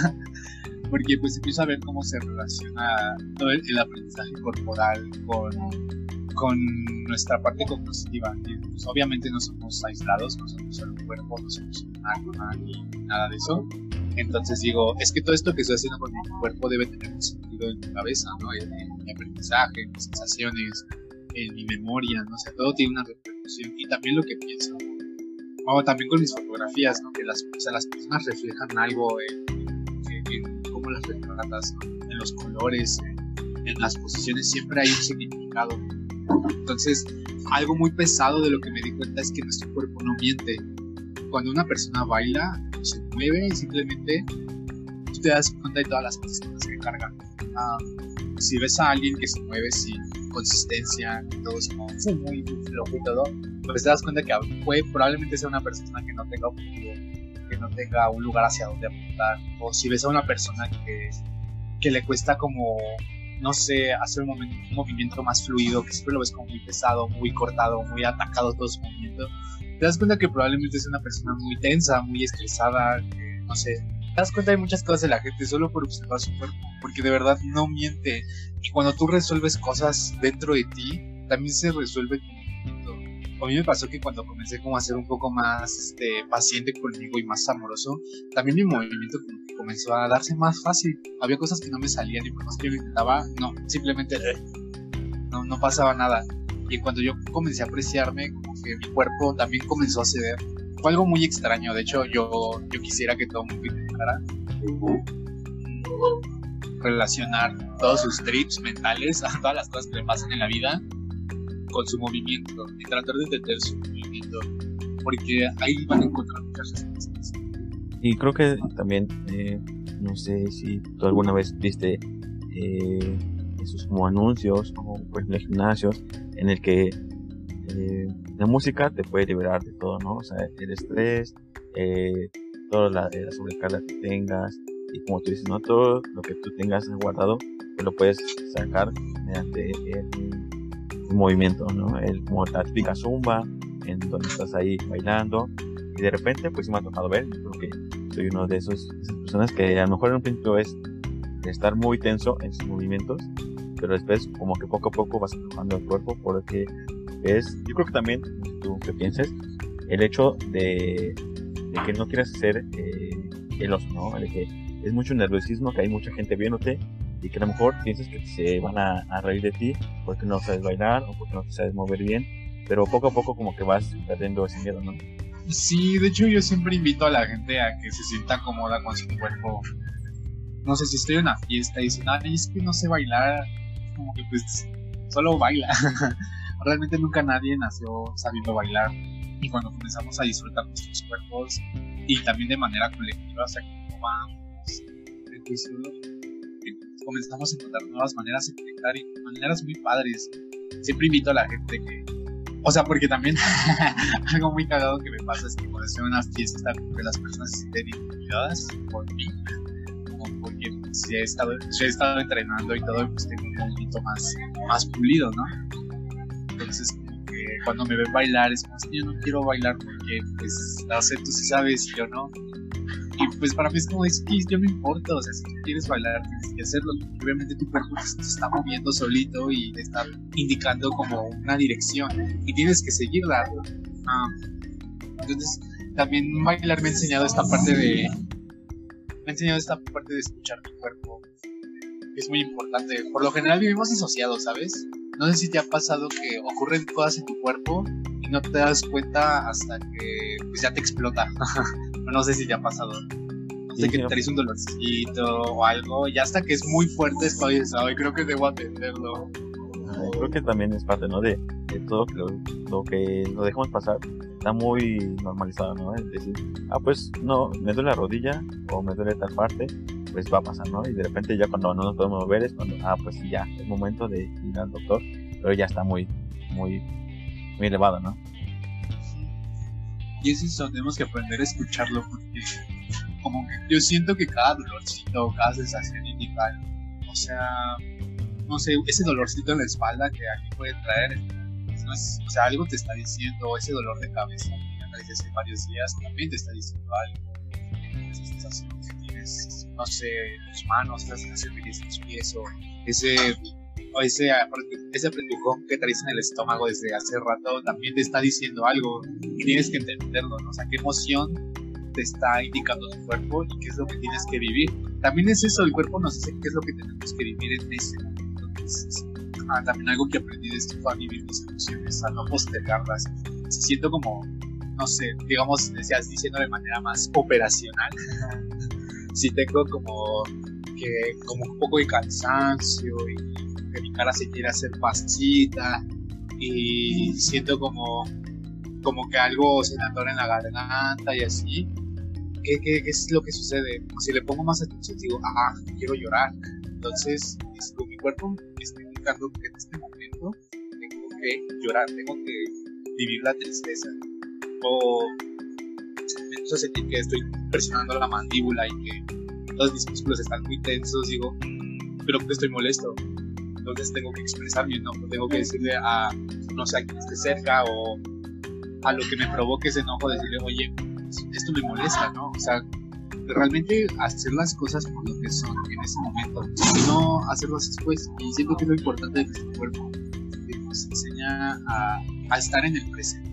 Porque pues empiezo a ver cómo se relaciona todo el, el aprendizaje corporal con... con nuestra parte cognitiva. Pues obviamente no somos aislados, no somos solo un cuerpo, no somos un alma ni nada de eso. Entonces digo, es que todo esto que estoy haciendo con mi cuerpo debe tener un sentido en mi cabeza, ¿no? En, en mi aprendizaje, en mis sensaciones, en mi memoria, ¿no? O sea, todo tiene una repercusión y también lo que pienso. O también con mis fotografías, ¿no? Que las, o sea, las personas reflejan algo en, en, en cómo las retratas, ¿no? En los colores, en, en las posiciones, siempre hay un significado. Entonces, algo muy pesado de lo que me di cuenta es que nuestro cuerpo no miente. Cuando una persona baila, se mueve y simplemente tú te das cuenta de todas las cosas con las que carga. Uh, si ves a alguien que se mueve sin consistencia, todo es como muy, muy flojo y todo, pues te das cuenta que puede, probablemente sea una persona que no tenga objetivo, que no tenga un lugar hacia donde apuntar. O si ves a una persona que, que le cuesta como... no sé, hacer un, momento, un movimiento más fluido, que siempre lo ves como muy pesado, muy cortado, muy atacado todo su movimiento, te das cuenta que probablemente es una persona muy tensa, muy estresada, que, no sé, te das cuenta de muchas cosas de la gente solo por observar su cuerpo, porque de verdad no miente, y cuando tú resuelves cosas dentro de ti, también se resuelve tu movimiento. A mí me pasó que cuando comencé como a ser un poco más este, paciente conmigo y más amoroso, también mi movimiento como que comenzó a darse más fácil. Había cosas que no me salían y por más que yo lo intentaba, no, simplemente no, no pasaba nada. Y cuando yo comencé a apreciarme, como que mi cuerpo también comenzó a ceder. fue algo muy extraño. De hecho, yo, yo quisiera que todo el mundo intentara relacionar todos sus trips mentales a todas las cosas que le pasan en la vida con su movimiento y tratar de entender su movimiento, porque ahí van a encontrar muchas respuestas. Y creo que también, eh, no sé si tú alguna vez viste eh, esos como anuncios o por ejemplo gimnasios en el que eh, la música te puede liberar de todo, ¿no? O sea, el estrés, eh, toda la, la sobrecarga que tengas, y como tú dices, ¿no? Todo lo que tú tengas guardado, pues lo puedes sacar mediante el, el movimiento, ¿no? El, como la típica zumba, en donde estás ahí bailando, y de repente, pues sí me ha tocado ver, yo creo que soy uno de esos, de esas personas que a lo mejor en un principio es estar muy tenso en sus movimientos, pero después como que poco a poco vas aflojando el cuerpo, porque es, yo creo que también, tú que pienses, el hecho de, de que no quieras ser eh, el oso, ¿no? De que es mucho nerviosismo, que hay mucha gente viéndote y que a lo mejor piensas que se van a, a reír de ti porque no sabes bailar o porque no te sabes mover bien, pero poco a poco como que vas perdiendo ese miedo, ¿no? Sí, de hecho yo siempre invito a la gente a que se sienta cómoda con su cuerpo. No sé, si estoy en una fiesta y dicen, ay, es que no sé bailar, como que pues solo baila. Realmente nunca nadie nació sabiendo bailar, y cuando comenzamos a disfrutar nuestros cuerpos y también de manera colectiva, o sea, como vamos, comenzamos a encontrar nuevas maneras de conectar y maneras muy padres. Siempre invito a la gente que, o sea, porque también algo muy cagado que me pasa es que cuando estoy en una fiesta, que las personas se sienten intimidadas por mí, como porque pues, he, estado, he estado entrenando y todo, pues tengo un movimiento más, más pulido, ¿no? Entonces, como que cuando me ven bailar, es como si yo no quiero bailar porque, pues, no sé, tú sí sabes y yo no. Y pues para mí es como, es que yo me importa, o sea, si tú quieres bailar, tienes que hacerlo. Obviamente tu cuerpo se está moviendo solito y te está indicando como una dirección y tienes que seguirla. Ah, entonces, también bailar me ha enseñado esta parte de... Me ha enseñado esta parte de escuchar mi cuerpo. Es muy importante. Por lo general vivimos disociados, ¿sabes? No sé si te ha pasado que ocurren cosas en tu cuerpo y no te das cuenta hasta que pues, ya te explota. No sé si te ha pasado. No sé, sí, que te traes un dolorcito o algo, y hasta que es muy fuerte estoy, ¿sabes? Creo que debo atenderlo. Ay, creo que también es parte, ¿no? De, de todo lo, lo que lo dejamos pasar. Está muy normalizado, ¿no? Es decir, ah, pues no, me duele la rodilla o me duele tal parte, pues va a pasar, ¿no? Y de repente ya cuando no nos podemos mover es cuando, ah, pues sí, ya, es momento de ir al doctor, pero ya está muy, muy, muy elevado, ¿no? Y es eso, tenemos que aprender a escucharlo, porque como que yo siento que cada dolorcito, cada sensación indica algo. O sea, no sé, ese dolorcito en la espalda que aquí puede traer, no es, o sea, algo te está diciendo, ese dolor de cabeza que ya traes hace varios días también te está diciendo algo. Esa sensación que tienes, no sé, en tus manos, esa sensación que tienes en tus pies, o ese... o ese, ese apretujón que traes en el estómago desde hace rato también te está diciendo algo y tienes que entenderlo, ¿no? O sea, qué emoción te está indicando tu cuerpo y qué es lo que tienes que vivir. También es eso, el cuerpo nos dice qué es lo que tenemos que vivir en ese momento. Entonces, ah, también algo que aprendí de esto fue a vivir mis emociones, a no postergarlas. Se siento como, no sé, digamos, decías, diciendo de manera más operacional. Sí tengo como que como un poco de cansancio y que mi cara se quiere hacer pasita y siento como como que algo se me atora en la garganta y así. ¿Qué, qué, qué es lo que sucede? Si le pongo más atención digo, ah, quiero llorar. Entonces con mi cuerpo me está indicando que en este momento tengo que llorar, tengo que vivir la tristeza, o me empiezo a sentir que estoy presionando la mandíbula y que todos mis músculos están muy tensos. Digo, pero que estoy molesto. Entonces tengo que expresar mi enojo, tengo que decirle a, no sé, a quien esté cerca o a lo que me provoque ese enojo, decirle, oye, esto me molesta, ¿no? O sea, realmente hacer las cosas por lo que son en ese momento y no hacerlas después. Y siento que es lo importante de nuestro cuerpo, que nos enseña a, a estar en el presente.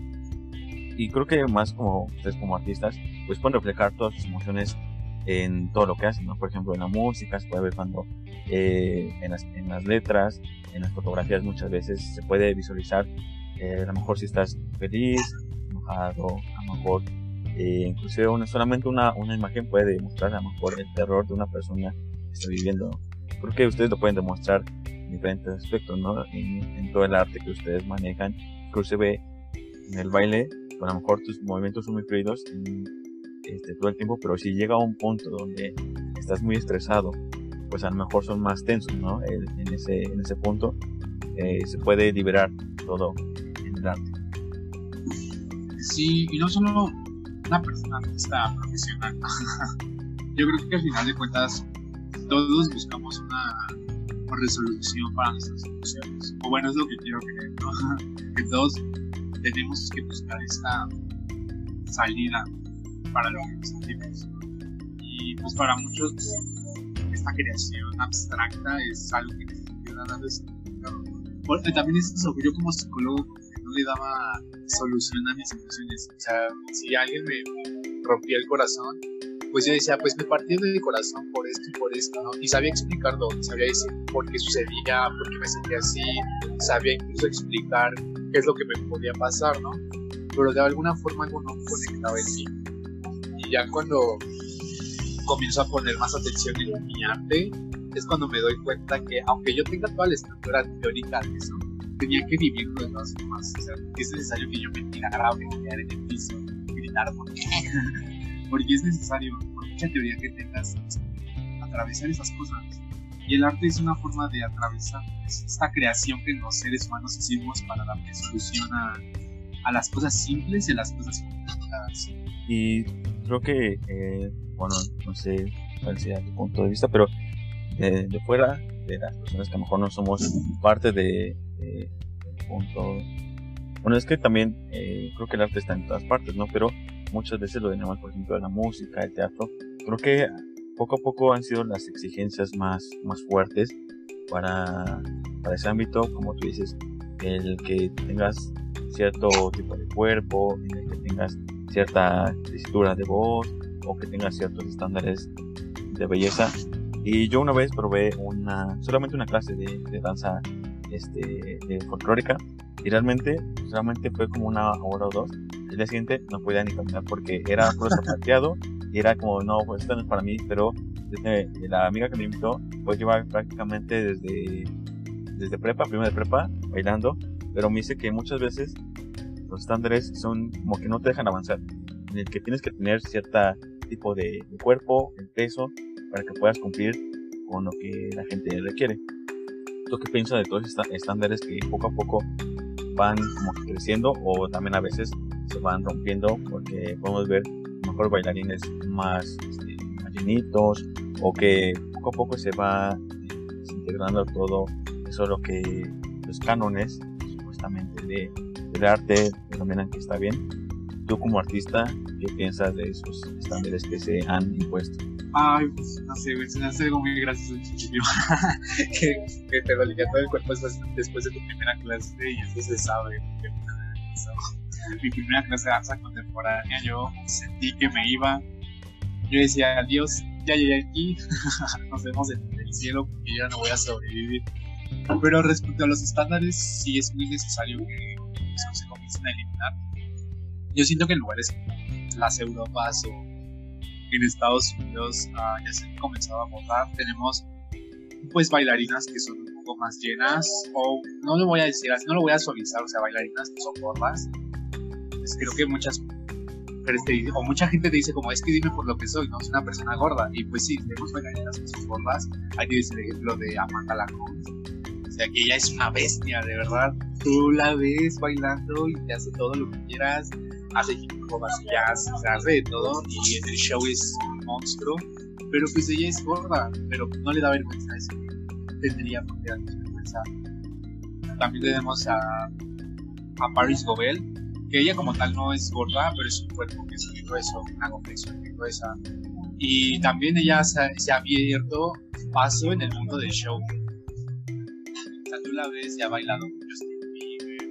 Y creo que más como ustedes como artistas, pues pueden reflejar todas sus emociones en todo lo que hacen, ¿no? Por ejemplo, en la música se puede ver cuando eh, en, las, en las letras, en las fotografías muchas veces se puede visualizar, eh, a lo mejor si estás feliz, enojado, a lo mejor eh, inclusive una, solamente una, una imagen puede demostrar a lo mejor el terror de una persona que está viviendo. Creo que ustedes lo pueden demostrar en diferentes aspectos, ¿no? En, en todo el arte que ustedes manejan, inclusive en el baile, a lo mejor tus movimientos son muy fluidos en, este, todo el tiempo, pero si llega a un punto donde estás muy estresado, pues a lo mejor son más tensos, ¿no? El, en, ese, en ese punto eh, se puede liberar todo en el arte. Sí, y no solo una persona artista profesional. Yo creo que al final de cuentas todos buscamos una resolución para nuestras emociones. O bueno, es lo que quiero creer, ¿no? Que todos tenemos que buscar esta salida para lo que sentimos. Y pues para muchos esta creación abstracta es algo que necesita dar significado. Porque también es eso, yo como psicólogo no le daba solución a mis emociones. O sea, si alguien me rompía el corazón, pues yo decía, pues me partí del corazón por esto y por esto, ¿no? Y sabía explicarlo, sabía decir por qué sucedía, por qué me sentía así, sabía incluso explicar qué es lo que me podía pasar, ¿no? Pero de alguna forma algo no conectaba en mí. Y ya cuando comienzo a poner más atención en mi arte, es cuando me doy cuenta que, aunque yo tenga toda la estructura teórica de eso, tenía que vivirlo de todas formas. O sea, es necesario que yo me tirara a pelear en el piso, gritar, ¿por qué? Porque es necesario, por mucha teoría que tengas, atravesar esas cosas. Y el arte es una forma de atravesar esta creación que los seres humanos hicimos para darle solución a, a las cosas simples y a las cosas complicadas. Y creo que, eh, bueno, no sé cuál sea tu punto de vista, pero de, de fuera, de las personas que a lo mejor no somos parte de, de, de punto. Bueno, es que también eh, creo que el arte está en todas partes, ¿no? Pero muchas veces lo tenemos, por ejemplo, la música, el teatro. Creo que poco a poco han sido las exigencias más, más fuertes para, para ese ámbito, como tú dices, el que tengas cierto tipo de cuerpo, en el que tengas cierta textura de voz o que tengas ciertos estándares de belleza. Y yo una vez probé una solamente una clase de, de danza este, de folclórica y realmente solamente fue como una hora o dos. El día siguiente no podía ni caminar porque era puro zapateado y era como, no, pues esto no es para mí. Pero desde, la amiga que me invitó pues lleva prácticamente desde desde prepa, primero de prepa, bailando, pero me dice que muchas veces los estándares son como que no te dejan avanzar, en el que tienes que tener cierto tipo de, de cuerpo, el peso, para que puedas cumplir con lo que la gente requiere. ¿Tú qué piensas de todos estos estándares que poco a poco van como que creciendo o también a veces se van rompiendo? Porque podemos ver mejor bailarines más, este, más llenitos, o que poco a poco se va eh, desintegrando todo eso, lo que los cánones supuestamente de, de arte denominan que está bien. Tú como artista, ¿qué piensas de esos estándares que se han impuesto? Ay, pues no sé, güey, se me hace algo muy gracioso al principio. que, que te dolía todo el cuerpo después, después de tu primera clase, y eso se sabe. Mi primera clase de danza contemporánea, yo sentí que me iba. Yo decía, adiós, ya llegué aquí, nos vemos en el cielo porque ya no voy a sobrevivir. Pero respecto a los estándares, sí es muy necesario que eso se comiencen a eliminar. Yo siento que en lugares como las Europas o en Estados Unidos uh, ya se han comenzado a votar. Tenemos pues bailarinas que son un poco más llenas, o no lo voy a decir así, no lo voy a suavizar, o sea, bailarinas que son gordas. Pues creo que muchas mujeres te dicen, o mucha gente te dice como, es que dime por lo que soy, no soy una persona gorda. Y pues sí, tenemos bailarinas que son gordas. Hay que decir el ejemplo de Amanda Lacroix. O sea, que ella es una bestia, de verdad. Tú la ves bailando y te hace todo lo que quieras. Hace hip hop, hace jazz, o sea, hace de todo. Y en el show es un monstruo. Pero pues ella es gorda, pero no le da vergüenza eso. Tendría por qué darle vergüenza. También tenemos a, a Paris Gobel, que ella como tal no es gorda, pero es un cuerpo que es muy grueso, una complexión muy gruesa. Y también ella se, se ha abierto paso en el mundo del show. O sea, tú la ves y ha bailado con Justin Bieber,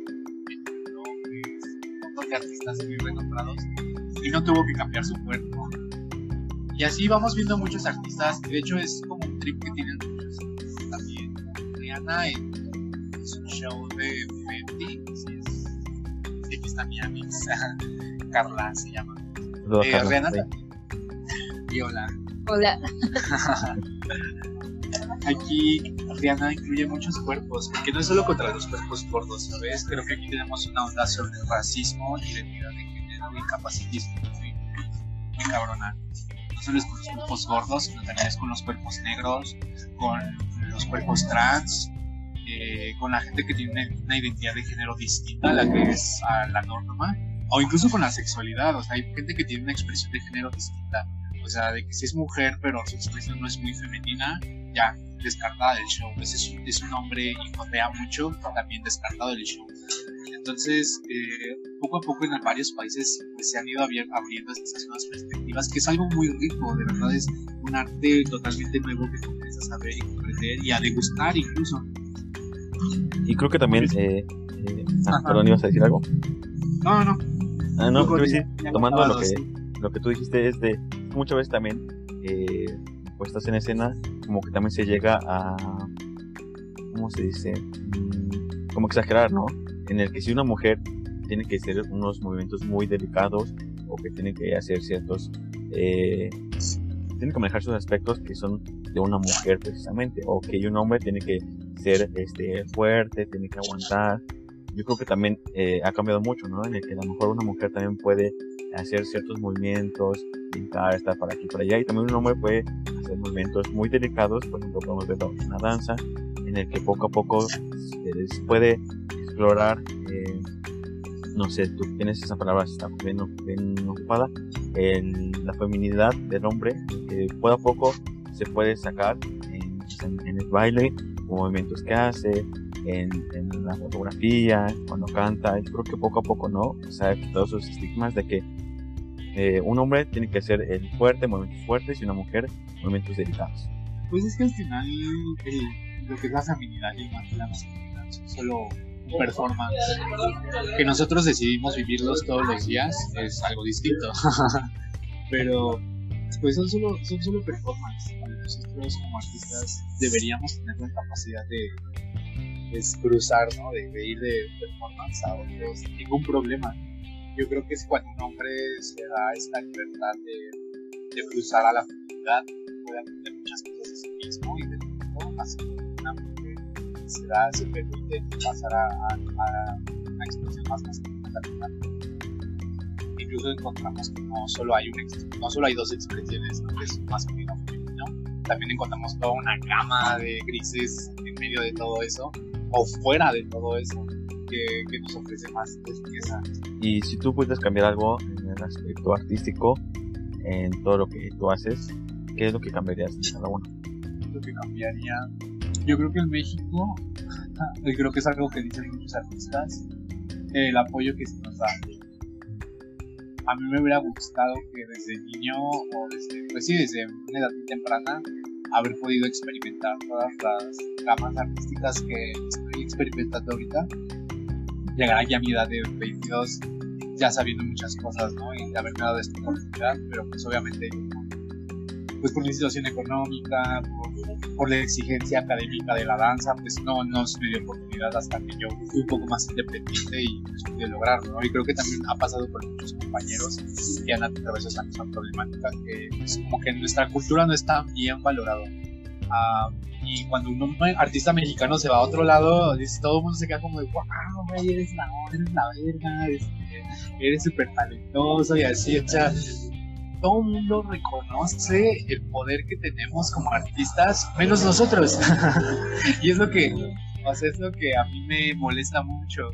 un montón de artistas muy renombrados, y no tuvo que cambiar su cuerpo. Y así vamos viendo muchos artistas. De hecho es como un trip que tienen muchos. También Rihanna en su show de Fenty, sí, es, sí, que está mi amiga Carla se llama. Saludos, Eh, Carla. Renata. Sí. Y hola. Hola. Aquí Rihanna incluye muchos cuerpos, porque no es solo contra los cuerpos gordos, ¿sabes? Creo que aquí tenemos una onda sobre el racismo, identidad de género y capacitismo muy, muy cabrona. No solo es con los cuerpos gordos, sino también es con los cuerpos negros, con los cuerpos trans, eh, con la gente que tiene una, una identidad de género distinta a la que es a la norma, o incluso con la sexualidad. O sea, hay gente que tiene una expresión de género distinta. O sea, de que si es mujer, pero su expresión no es muy femenina, ya, descartada del show. Pues es, un, es un hombre y jotea mucho, también descartado del show. Entonces, eh, poco a poco en varios países pues, se han ido abier- abriendo estas nuevas perspectivas, que es algo muy rico, de verdad es un arte totalmente nuevo que comienzas a ver y comprender y a degustar incluso. Y creo que también, eh, eh, ah, perdón, ¿ibas a decir algo? No, no, Ah, no, Tú quiero decir, continúa, ya tomando lo contabas, que, lo que tú dijiste, es de muchas veces también, eh, puestas en escena, como que también se llega a, ¿cómo se dice? Mm, como exagerar, ¿no? En el que si una mujer tiene que hacer unos movimientos muy delicados, o que tiene que hacer ciertos, eh, tiene que manejar sus aspectos que son de una mujer precisamente, o que un hombre tiene que ser este fuerte, tiene que aguantar. Yo creo que también eh, ha cambiado mucho, ¿no? En el que a lo mejor una mujer también puede hacer ciertos movimientos, brincar, estar para aquí, para allá, y también un hombre puede hacer movimientos muy delicados. Por ejemplo, podemos ver una danza en el que poco a poco se les puede explorar, eh, no sé, tú tienes esa palabra, está bien, bien ocupada, el, la feminidad del hombre, que poco a poco se puede sacar en, en, en el baile, movimientos que hace, en, en la fotografía, cuando canta. Yo creo que poco a poco, ¿no? O sea, todos esos estigmas de que eh, un hombre tiene que ser el fuerte, movimientos fuertes, y una mujer, movimientos delicados. pues es que al final el, lo que es la feminidad y la masculinidad son solo un performance. Que nosotros decidimos vivirlos todos los días es algo distinto. Pero pues son solo, son solo performance. Nosotros como artistas deberíamos tener la capacidad de pues, cruzar, ¿no? De, de ir de performance a otros sin ningún problema. Yo creo que es cuando un hombre se da esta libertad de, de cruzar a la feminidad, puede aprender muchas cosas de sí mismo y del mundo, así como una mujer se da, se permite pasar a, a, a una expresión más masculina también. Incluso encontramos que no solo hay una, no solo hay dos expresiones, ¿no? Que es masculino y femenino, también encontramos toda una gama de grises en medio de todo eso, o fuera de todo eso, que, que nos ofrece más riqueza. Y si tú pudieras cambiar algo en el aspecto artístico, en todo lo que tú haces, ¿qué es lo que cambiarías en cada uno? Lo que cambiaría, yo creo que en México, y creo que es algo que dicen muchos artistas, el apoyo que se nos da. A mí me hubiera gustado que desde niño, o desde, pues sí, desde una edad muy temprana, haber podido experimentar todas las gamas artísticas que estoy experimentando ahorita. Llegar aquí a mi edad de veintidós ya sabiendo muchas cosas, ¿no? Y haberme dado esta oportunidad, pero pues obviamente pues por mi situación económica, por, por la exigencia académica de la danza, pues no, no se me dio oportunidad hasta que yo fui un poco más independiente y pues, pude lograrlo, ¿no? Y creo que también ha pasado por muchos compañeros que han atravesado esta misma problemática, que pues, como que nuestra cultura no está bien valorado. Uh, y cuando un artista mexicano se va a otro lado, todo el mundo se queda como de wow, güey, eres la, eres la verga, este, eres súper talentoso y así, o sea, todo el mundo reconoce el poder que tenemos como artistas, menos nosotros. Y es lo que, o sea, es lo que a mí me molesta mucho,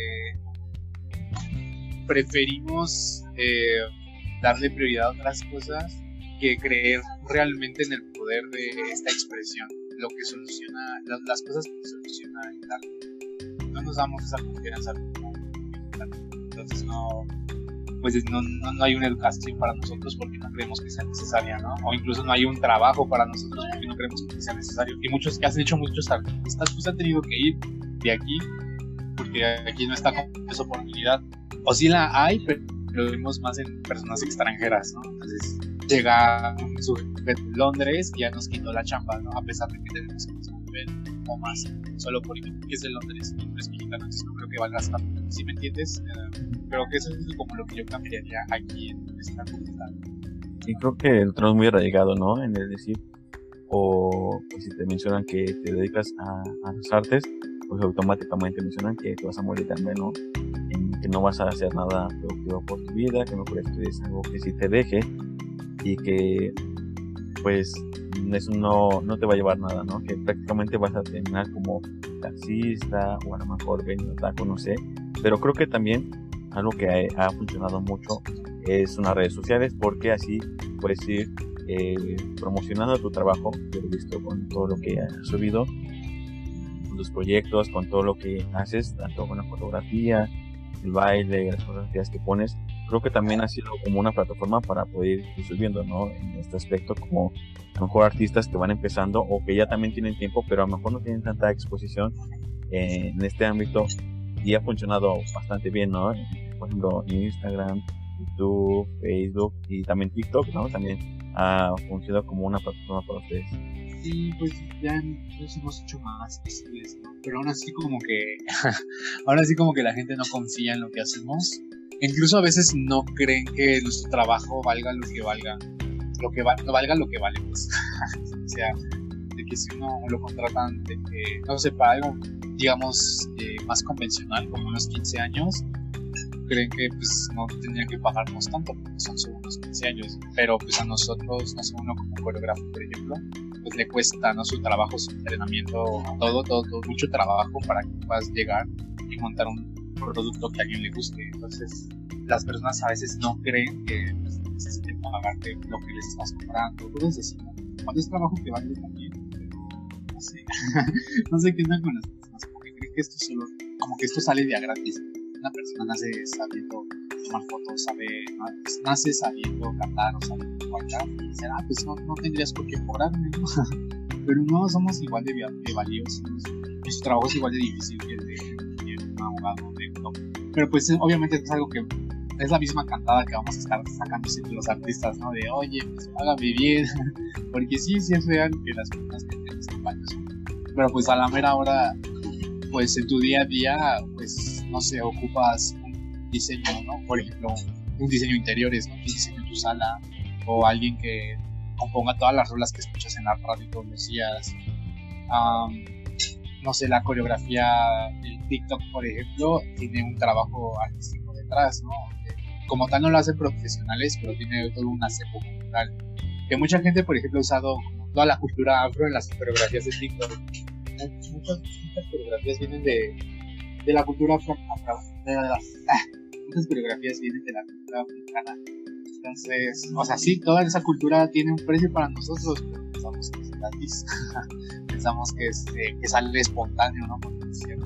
que preferimos eh, darle prioridad a otras cosas que creer realmente en el poder de esta expresión, lo que soluciona, las, las cosas que soluciona el arte. No nos damos esa confianza como entonces no, pues no, no, no hay una educación para nosotros porque no creemos que sea necesaria, ¿no? O incluso no hay un trabajo para nosotros porque no creemos que sea necesario. Y muchos que han hecho muchos artistas pues han tenido que ir de aquí porque aquí no está con esa oportunidad. O sí la hay, pero lo vemos más en personas extranjeras, ¿no? Entonces llega un sujeto de Londres y ya nos quitó la chamba, ¿no? A pesar de que tenemos el mismo nivel o más, solo por que es de Londres y no es mexicano, entonces no creo que valgas tanto. ¿Sí me entiendes? Eh, creo que eso es como lo que yo cambiaría aquí en esta comunidad. Y creo que lo tenemos muy arraigado, ¿no? En el decir, o pues, si te mencionan que te dedicas a, a las artes, pues automáticamente mencionan que te vas a morir también, ¿no? En que no vas a hacer nada productivo por tu vida, que mejor estudies algo que sí te deje y que pues eso no, no te va a llevar nada, ¿no? Que prácticamente vas a terminar como taxista o a lo mejor vendiendo taco, no sé. Pero creo que también algo que ha, ha funcionado mucho es unas redes sociales, porque así puedes ir eh, promocionando tu trabajo, yo lo he visto con todo lo que has subido, con tus proyectos, con todo lo que haces, tanto con la fotografía, el baile, las fotografías que pones. Creo que también ha sido como una plataforma para poder ir subiendo, ¿no? En este aspecto, como a lo mejor artistas que van empezando o que ya también tienen tiempo, pero a lo mejor no tienen tanta exposición eh, en este ámbito, y ha funcionado bastante bien, ¿no? Por ejemplo, Instagram, YouTube, Facebook y también TikTok, ¿no? También ha funcionado como una plataforma para ustedes. Sí, pues ya nos hemos hecho más visibles, ¿no? Pero aún así como que aún así como que la gente no confía en lo que hacemos. Incluso a veces no creen que nuestro trabajo valga lo que valga, lo que va, no valga lo que vale, pues. O sea, de que si uno lo contratan, de que no sé, para algo, digamos, eh, más convencional, como unos quince años, creen que pues no tendrían que pagarnos tanto porque son solo unos quince años, pero pues a nosotros, no sé, uno como coreógrafo, por ejemplo, pues le cuesta, ¿no? Su trabajo, su entrenamiento, todo, todo, todo, mucho trabajo para que puedas llegar y montar un producto que a alguien le guste. Entonces las personas a veces no creen que pues, necesiten pagarte lo que les estás comprando, todo eso, ¿no? Cuando es trabajo que vale también, pero no sé no sé qué onda con las personas, como que creen que esto solo, como que esto sale de a gratis. Una persona nace sabiendo tomar fotos, sabe, nace sabiendo cantar o sabiendo bailar, y dice, ah, pues no, no tendrías por qué cobrarme, ¿no? Pero no, somos igual de, de valiosos, nuestro trabajo es igual de difícil que el de, de un abogado, de uno. Pero pues obviamente es algo que es la misma cantada que vamos a estar sacando siempre los artistas, ¿no? De, oye, pues págame bien, porque sí, sí es real que las personas que tienen son valiosas. Pero pues a la mera hora, pues en tu día a día, pues no sé, ocupas un diseño, ¿no? Por ejemplo, un diseño de interiores, ¿no? Un diseño en tu sala, o alguien que componga todas las rolas que escuchas en la radio todos los días. Um, no sé, la coreografía del TikTok, por ejemplo, tiene un trabajo artístico detrás, ¿no? Como tal no lo hacen profesionales, pero tiene todo un acervo cultural. Que mucha gente, por ejemplo, ha usado toda la cultura afro en las coreografías de TikTok. Muchas, muchas coreografías vienen de, de la cultura afro, afro de la, ah, muchas coreografías vienen de la cultura africana. Entonces, o sea, sí, toda esa cultura tiene un precio para nosotros, pero pensamos que es gratis. Pensamos que, es, eh, que sale espontáneo, ¿no? Porque es cierto.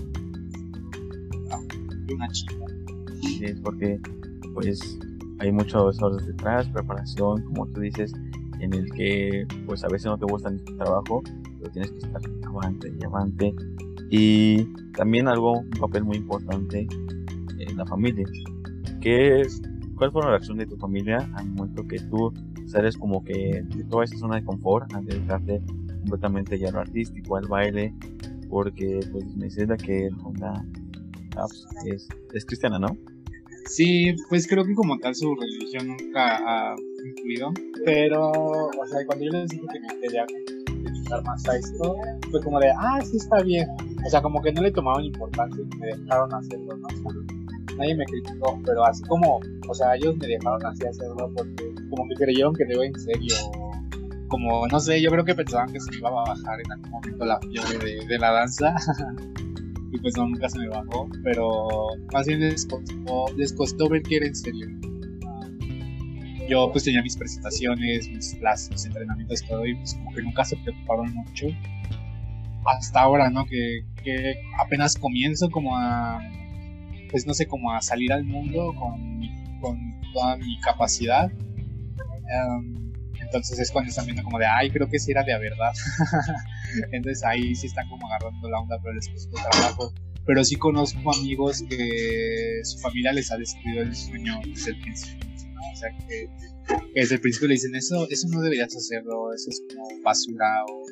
De una chica. Sí, es porque pues hay muchos horas detrás, preparación, como tú dices, en el que pues a veces no te gusta tu trabajo, pero tienes que estar avante y avante. Y también algo, un papel muy importante en la familia. ¿Qué es, ¿Cuál fue la reacción de tu familia al momento que tú sales como que de toda esa zona de confort a dedicarte completamente ya a lo artístico, al baile? Porque pues me dices que Honda es, es cristiana, ¿no? Sí, pues creo que como tal su religión nunca ha influido, pero, o sea, cuando yo les dije que me quería dedicar más a esto, fue como de, ah, sí está bien, o sea, como que no le tomaban importancia y me dejaron hacerlo, ¿no? Nadie me criticó, pero así como, o sea, ellos me dejaron así hacerlo porque como que creyeron que lo iba en serio, como, no sé, yo creo que pensaban que se me iba a bajar en algún momento la fiebre de, de la danza. Y pues no, nunca se me bajó, pero más bien les costó, les costó ver que era en serio. Uh, yo pues tenía mis presentaciones, mis clases, mis entrenamientos, todo, y pues como que nunca se preocuparon mucho. Hasta ahora, ¿no? Que, que apenas comienzo como a, pues no sé, como a salir al mundo con, con toda mi capacidad. Um, Entonces es cuando están viendo como de, ay, creo que sí era de a verdad. Entonces ahí sí están como agarrando la onda, pero les costó trabajo. Pero sí conozco amigos que su familia les ha destruido el sueño desde el principio, ¿no? O sea, que, que desde el principio le dicen, eso, eso no deberías hacerlo, eso es como basura, o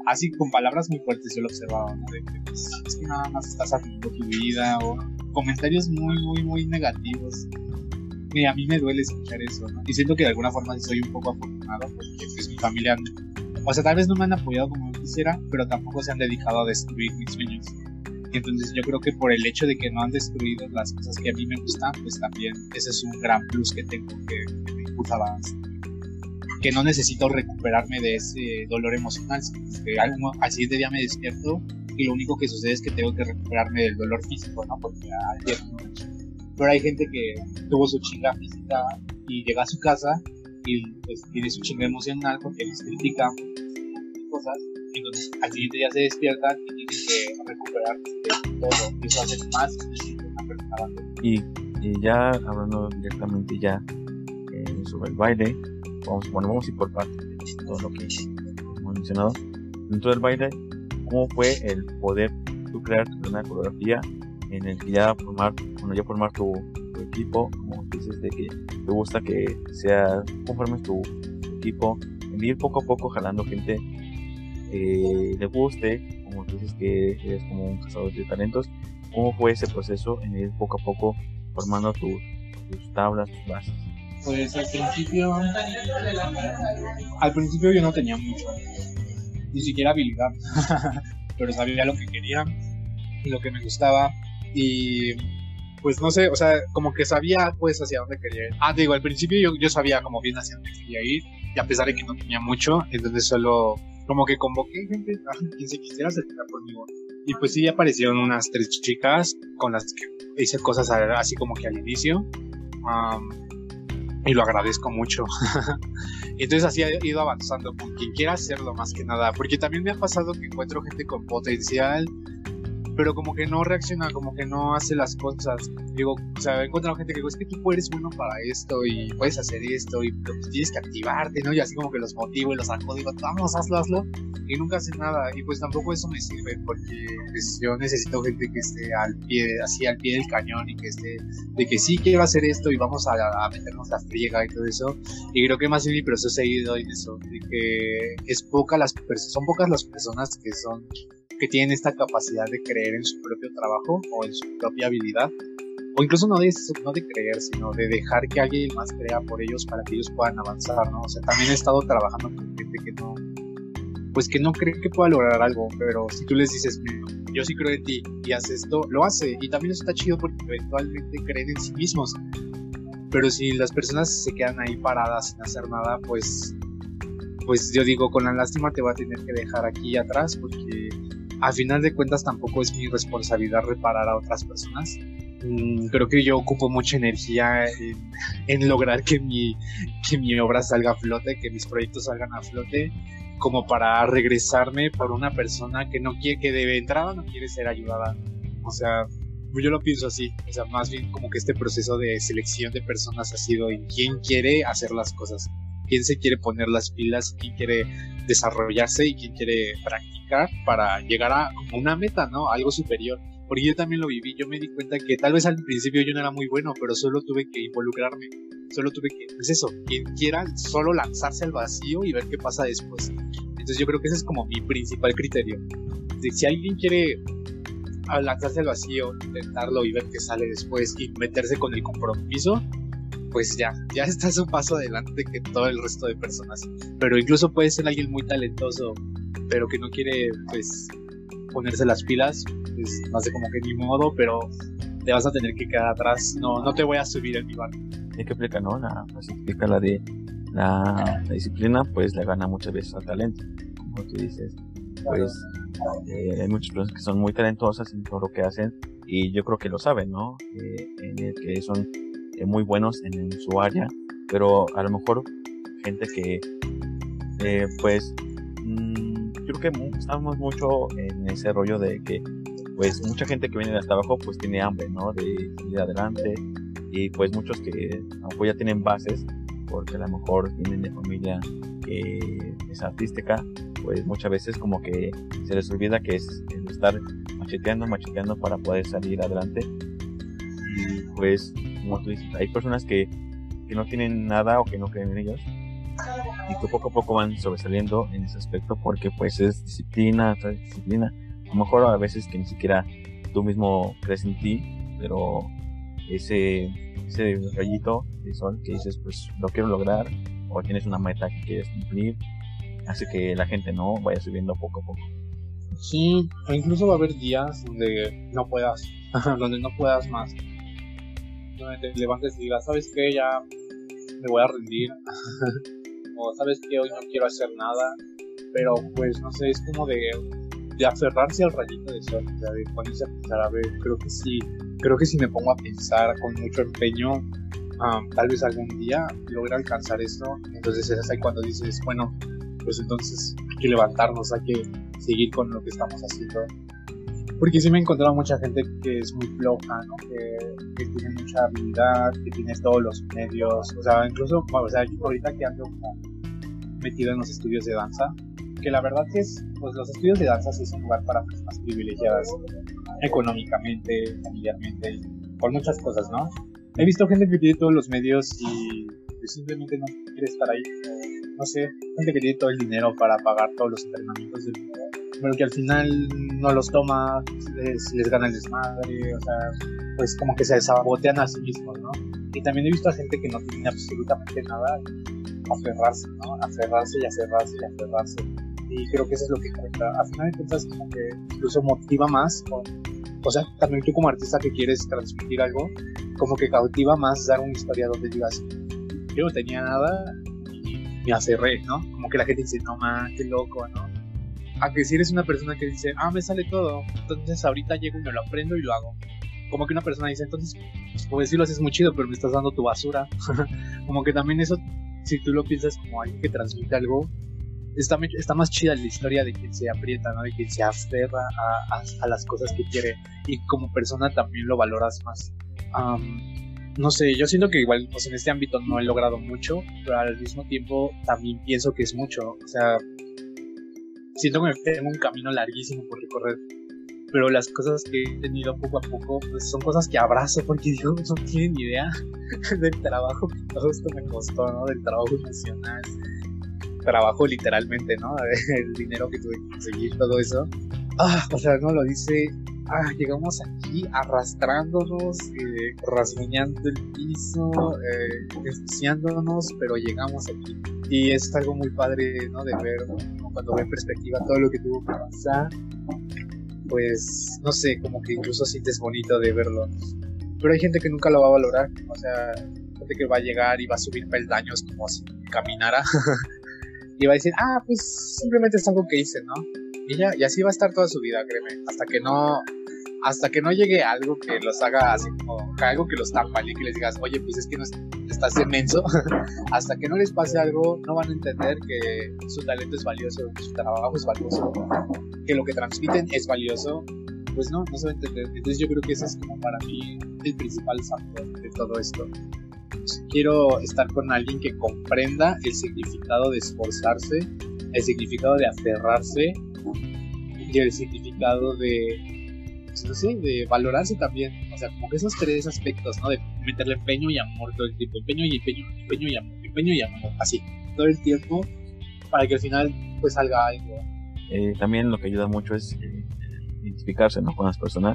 así con palabras muy fuertes yo lo observaba, ¿no? De que pues, es que nada más estás haciendo tu vida, o comentarios muy, muy, muy negativos. Y a mí me duele escuchar eso, ¿no? Y siento que de alguna forma soy un poco afortunado porque pues mi familia, o sea, tal vez no me han apoyado como yo quisiera, pero tampoco se han dedicado a destruir mis sueños. Entonces yo creo que por el hecho de que no han destruido las cosas que a mí me gustan, pues también ese es un gran plus que tengo que, que me impulsa a avanzar. Que no necesito recuperarme de ese dolor emocional, sino que al, al siguiente día me despierto y lo único que sucede es que tengo que recuperarme del dolor físico, ¿no? Porque ayer no. Pero hay gente que tuvo su chinga física y llega a su casa y pues tiene su chinga emocional porque les critican cosas, entonces al siguiente día se despiertan y tienen que recuperar todo, y eso hace más difícil que una persona abandone. Y, y ya hablando directamente ya eh, sobre el baile, vamos, bueno, vamos a ir por partes de todo lo que hemos mencionado. Dentro del baile, ¿cómo fue el poder tú crear una coreografía en el que ya formar, bueno, ya formar tu, tu equipo, como dices, de que te gusta que sea, conformes tu, tu equipo, en ir poco a poco jalando gente que le guste, como tú dices que eres como un cazador de talentos? ¿Cómo fue ese proceso en ir poco a poco formando tu, tus tablas, tus bases? Pues al principio, al principio yo no tenía mucho, ni siquiera habilidad, pero sabía lo que quería y lo que me gustaba y pues no sé, o sea, como que sabía pues hacia dónde quería ir. Ah, digo, al principio yo, yo sabía como bien hacia dónde quería ir y a pesar de que no tenía mucho, entonces solo como que convoqué gente, quien se quisiera acercar conmigo. Y pues sí aparecieron unas tres chicas con las que hice cosas así como que al inicio. Um, y lo agradezco mucho. Entonces así he ido avanzando con quien quiera hacerlo más que nada, porque también me ha pasado que encuentro gente con potencial pero como que no reacciona, como que no hace las cosas. Digo, o sea, he encontrado gente que digo, es que tú eres bueno para esto y puedes hacer esto y pues, tienes que activarte, ¿no? Y así como que los motivo y los saco, digo, vamos, hazlo, hazlo, y nunca hacen nada. Y pues tampoco eso me sirve, porque pues, yo necesito gente que esté al pie, así al pie del cañón y que esté, de que sí quiero hacer esto y vamos a, a meternos la friega y todo eso. Y creo que más bien mi proceso ha ido en eso, de que es poca las son pocas las personas que son que tienen esta capacidad de creer en su propio trabajo o en su propia habilidad, o incluso no de, no de creer, sino de dejar que alguien más crea por ellos para que ellos puedan avanzar, ¿no? O sea, también he estado trabajando con gente que no, pues que no cree que pueda lograr algo, pero si tú les dices, yo sí creo en ti y haces esto, lo hace, y también eso está chido porque eventualmente creen en sí mismos. Pero si las personas se quedan ahí paradas sin hacer nada, pues, pues yo digo, con la lástima te va a tener que dejar aquí atrás, porque al final de cuentas tampoco es mi responsabilidad reparar a otras personas. Mm, creo que yo ocupo mucha energía en, en lograr que mi, que mi obra salga a flote, que mis proyectos salgan a flote, como para regresarme por una persona que no quiere, que de entrada no quiere ser ayudada. O sea, yo lo pienso así, o sea, más bien como que este proceso de selección de personas ha sido en quién quiere hacer las cosas, quién se quiere poner las pilas, quién quiere desarrollarse y quién quiere practicar para llegar a una meta, ¿no? Algo superior. Porque yo también lo viví, yo me di cuenta que tal vez al principio yo no era muy bueno, pero solo tuve que involucrarme, solo tuve que, pues eso, quien quiera solo lanzarse al vacío y ver qué pasa después. Entonces yo creo que ese es como mi principal criterio. De si alguien quiere lanzarse al vacío, intentarlo y ver qué sale después y meterse con el compromiso, pues ya, ya estás un paso adelante que todo el resto de personas. Pero incluso puede ser alguien muy talentoso, pero que no quiere, pues, ponerse las pilas, pues, no sé, como que ni modo, pero te vas a tener que quedar atrás. No, no te voy a subir en mi barco. Hay que explicar, ¿no? La, pues, explica la de la, la disciplina, pues, le gana muchas veces al talento. Como tú dices, pues, eh, hay muchas personas que son muy talentosas en todo lo que hacen, y yo creo que lo saben, ¿no? Eh, en el que son muy buenos en, en su área, pero a lo mejor gente que eh, pues mmm, yo creo que estamos mucho en ese rollo de que pues mucha gente que viene de hasta abajo pues tiene hambre, ¿no? De ir adelante, y pues muchos que a lo mejor ya tienen bases porque a lo mejor vienen de familia que es artística, pues muchas veces como que se les olvida que es el estar macheteando, macheteando para poder salir adelante. Y pues como tú dices, hay personas que, que no tienen nada o que no creen en ellos, y que poco a poco van sobresaliendo en ese aspecto porque pues es disciplina tras disciplina. A lo mejor a veces que ni siquiera tú mismo crees en ti, pero ese, ese rayito de sol que dices pues lo quiero lograr, o tienes una meta que quieres cumplir, hace que la gente no vaya subiendo poco a poco. Sí, o incluso va a haber días donde no puedas, donde no puedas más, donde te levantes y digas, ¿sabes qué? Ya me voy a rendir, o ¿sabes qué? Hoy no quiero hacer nada, pero pues no sé, es como de, de aferrarse al rayito de sol, o sea, de ponerse a pensar, a ver, creo que sí, creo que si me pongo a pensar con mucho empeño, um, tal vez algún día logre alcanzar esto. Entonces es ahí cuando dices, bueno, pues entonces hay que levantarnos, hay que seguir con lo que estamos haciendo. Porque sí me he encontrado mucha gente que es muy floja, ¿no? Que, que tiene mucha habilidad, que tiene todos los medios, o sea, incluso, bueno, o sea, ahorita que ando como metido en los estudios de danza, que la verdad que es, pues los estudios de danza sí es un lugar para personas privilegiadas, económicamente, familiarmente, por muchas cosas, ¿no? He visto gente que tiene todos los medios y que simplemente no quiere estar ahí, o, no sé, gente que tiene todo el dinero para pagar todos los entrenamientos del mundo, pero que al final no los toma, les, les gana el desmadre, o sea, pues como que se sabotean a sí mismos, ¿no? Y también he visto a gente que no tiene absolutamente nada, aferrarse, ¿no? Aferrarse y aferrarse y aferrarse. Y creo que eso es lo que cuenta. Al final de cuentas, como que incluso motiva más, o, o sea, también tú como artista que quieres transmitir algo, como que cautiva más dar una historia donde digas, yo no tenía nada y me aferré, ¿no? Como que la gente dice, no man, qué loco, ¿no? A que si eres una persona que dice, ah, me sale todo, entonces ahorita llego y me lo aprendo y lo hago. Como que una persona dice, entonces, pues sí lo haces muy chido, pero me estás dando tu basura. Como que también eso, si tú lo piensas como alguien que transmite algo, está, está más chida la historia de quien se aprieta, ¿no? De quien se aferra a, a, a las cosas que quiere, y como persona también lo valoras más. Um, no sé, yo siento que igual pues en este ámbito no he logrado mucho, pero al mismo tiempo también pienso que es mucho. O sea, siento que tengo un camino larguísimo por recorrer, pero las cosas que he tenido poco a poco pues son cosas que abrazo, porque digo, no tienen idea del trabajo que todo esto me costó, ¿no? Del trabajo emocional, trabajo literalmente, ¿no? El dinero que tuve que conseguir, todo eso. Ah, o sea, no lo dice. Ah, llegamos aquí arrastrándonos, eh, rasguñando el piso, eh, ensuciándonos, pero llegamos aquí. Y es algo muy padre, ¿no? De ver, ¿no? Cuando ve en perspectiva todo lo que tuvo que pasar, pues, no sé, como que incluso sientes bonito de verlo. Pero hay gente que nunca lo va a valorar, o sea, gente que va a llegar y va a subir peldaños como si caminara y va a decir, ah, pues simplemente es algo que hice, ¿no? Y ya, y así va a estar toda su vida, créeme, hasta que no, hasta que no llegue algo que los haga así como, algo que los tambale y que les digas, oye, pues es que no estás inmenso, hasta que no les pase algo, no van a entender que su talento es valioso, que su trabajo es valioso, que lo que transmiten es valioso, pues no, no se va a entender. Entonces yo creo que ese es como para mí el principal factor de todo esto. Quiero estar con alguien que comprenda el significado de esforzarse, el significado de aferrarse y el significado de, pues no sé, de valorarse también. O sea, como que esos tres aspectos, ¿no? De meterle empeño y amor todo el tiempo, empeño y empeño, empeño y amor, empeño y amor, así, todo el tiempo, para que al final pues salga algo. Eh, también lo que ayuda mucho es eh, identificarse, ¿no? Con las personas,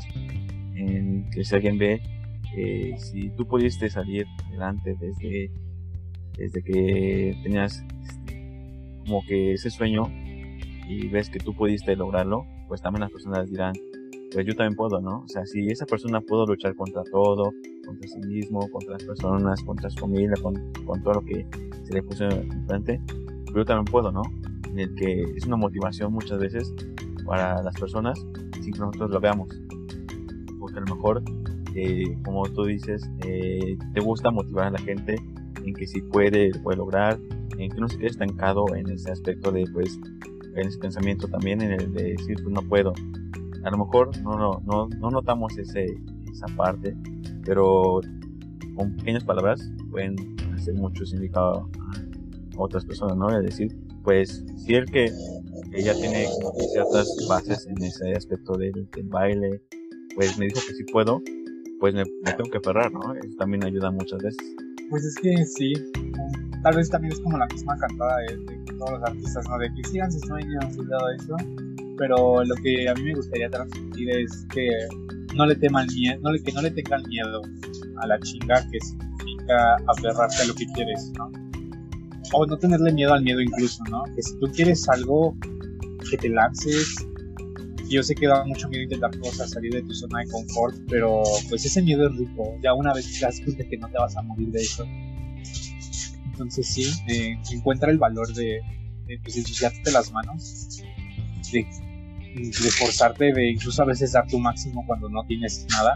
en que si alguien ve eh, si tú pudiste salir adelante desde desde que tenías este, como que ese sueño, y ves que tú pudiste lograrlo, pues también las personas dirán, pues yo también puedo, ¿no? O sea, si esa persona pudo luchar contra todo, contra sí mismo, contra las personas, contra su familia, con, con todo lo que se le puso enfrente, pues yo también puedo, ¿no? En el que es una motivación muchas veces para las personas sin que nosotros lo veamos, porque a lo mejor eh, como tú dices, eh, te gusta motivar a la gente en que si puede, lo puede lograr, en que no se quede estancado en ese aspecto de, pues, en ese pensamiento también, en el de decir, pues no puedo. A lo mejor no, no, no, no notamos ese, esa parte, pero con pequeñas palabras pueden hacer mucho significado a otras personas, ¿no? Es decir, pues, si el que, que ya tiene como que ciertas bases en ese aspecto del, del baile, pues me dijo que sí puedo, pues me, me tengo que aferrar, ¿no? Eso también ayuda muchas veces. Pues es que sí, tal vez también es como la misma cantada de, de todos los artistas, ¿no? De que sigan sus sueños y todo eso. Pero lo que a mí me gustaría transmitir es que no le teman miedo, no le, que no le tengan miedo a la chinga que significa aferrarte a lo que quieres, ¿no? O no tenerle miedo al miedo incluso, ¿no? Que si tú quieres algo, que te lances. Yo sé que da mucho miedo intentar cosas, salir de tu zona de confort, pero pues ese miedo es rico. Ya una vez te das cuenta que no te vas a morir de eso. Entonces sí, eh, encuentra el valor de, de pues, ensuciarte las manos, de, de forzarte, de incluso a veces dar tu máximo cuando no tienes nada.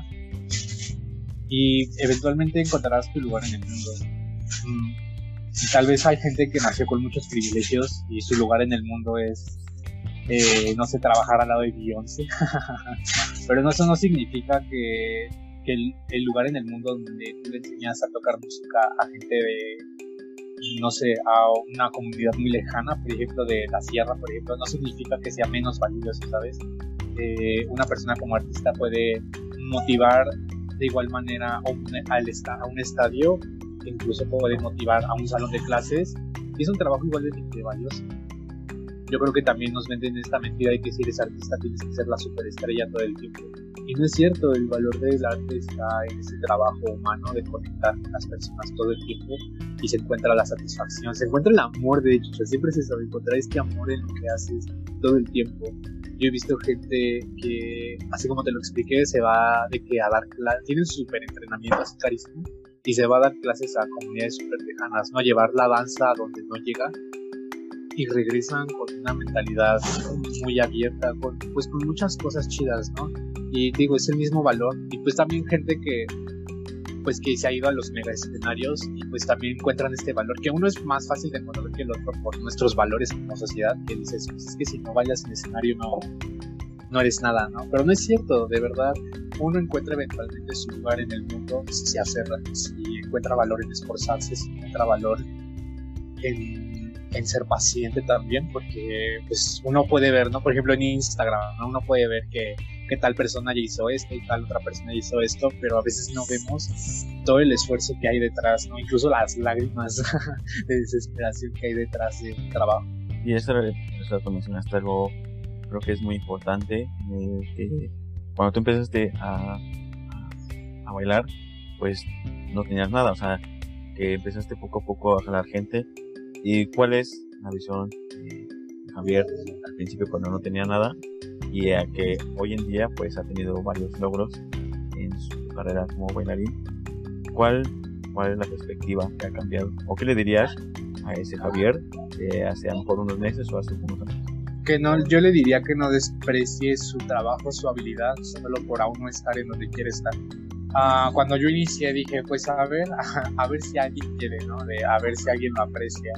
Y eventualmente encontrarás tu lugar en el mundo. Mm. Y tal vez hay gente que nació con muchos privilegios y su lugar en el mundo es... Eh, no sé, trabajar al lado de Beyoncé. Pero no, eso no significa que, que el, el lugar en el mundo donde tú le enseñas a tocar música a gente de, no sé, a una comunidad muy lejana, por ejemplo, de la sierra, por ejemplo, no significa que sea menos valioso, ¿sabes? Eh, una persona como artista puede motivar de igual manera a un, al esta, a un estadio, incluso puede motivar a un salón de clases, y es un trabajo igual de, de valioso. Yo creo que también nos venden esta mentira de que si eres artista tienes que ser la superestrella todo el tiempo. Y no es cierto, el valor del arte está en ese trabajo humano de conectar con las personas todo el tiempo y se encuentra la satisfacción, se encuentra el amor, de hecho, siempre se sabe encontrar este amor en lo que haces todo el tiempo. Yo he visto gente que, así como te lo expliqué, se va de que a dar clases, tienen súper entrenamiento, así carísimo, y se va a dar clases a comunidades súper lejanas, ¿no? A llevar la danza a donde no llega. Y regresan con una mentalidad muy abierta, con, pues con muchas cosas chidas, ¿no? Y digo, es el mismo valor. Y pues también gente que pues que se ha ido a los mega escenarios y pues también encuentran este valor, que uno es más fácil de encontrar que el otro por nuestros valores como sociedad, que dices, pues es que si no bailas en escenario no, no eres nada, ¿no? Pero no es cierto, de verdad, uno encuentra eventualmente su lugar en el mundo si se aferra, si encuentra valor en esforzarse, si encuentra valor en en ser paciente también, porque pues uno puede ver, ¿no? Por ejemplo en Instagram, ¿no? Uno puede ver que, que tal persona ya hizo esto y tal otra persona ya hizo esto, pero a veces no vemos todo el esfuerzo que hay detrás, ¿no? Incluso las lágrimas de desesperación que hay detrás del trabajo. Y eso, eso tú mencionaste algo, creo que es muy importante, eh, que cuando tú empezaste a, a, a bailar, pues no tenías nada, o sea, que empezaste poco a poco a jalar gente. ¿Y cuál es la visión de Javier al principio cuando no tenía nada y a que hoy en día pues ha tenido varios logros en su carrera como bailarín? ¿Cuál, cuál es la perspectiva que ha cambiado? ¿O qué le dirías a ese Javier de hace a lo mejor unos meses o hace unos años? Que no, yo le diría que no desprecie su trabajo, su habilidad, solo por aún no estar en donde quiere estar. Uh, cuando yo inicié dije, pues a ver, a, a ver si alguien quiere, ¿no? De, a ver si alguien lo aprecia.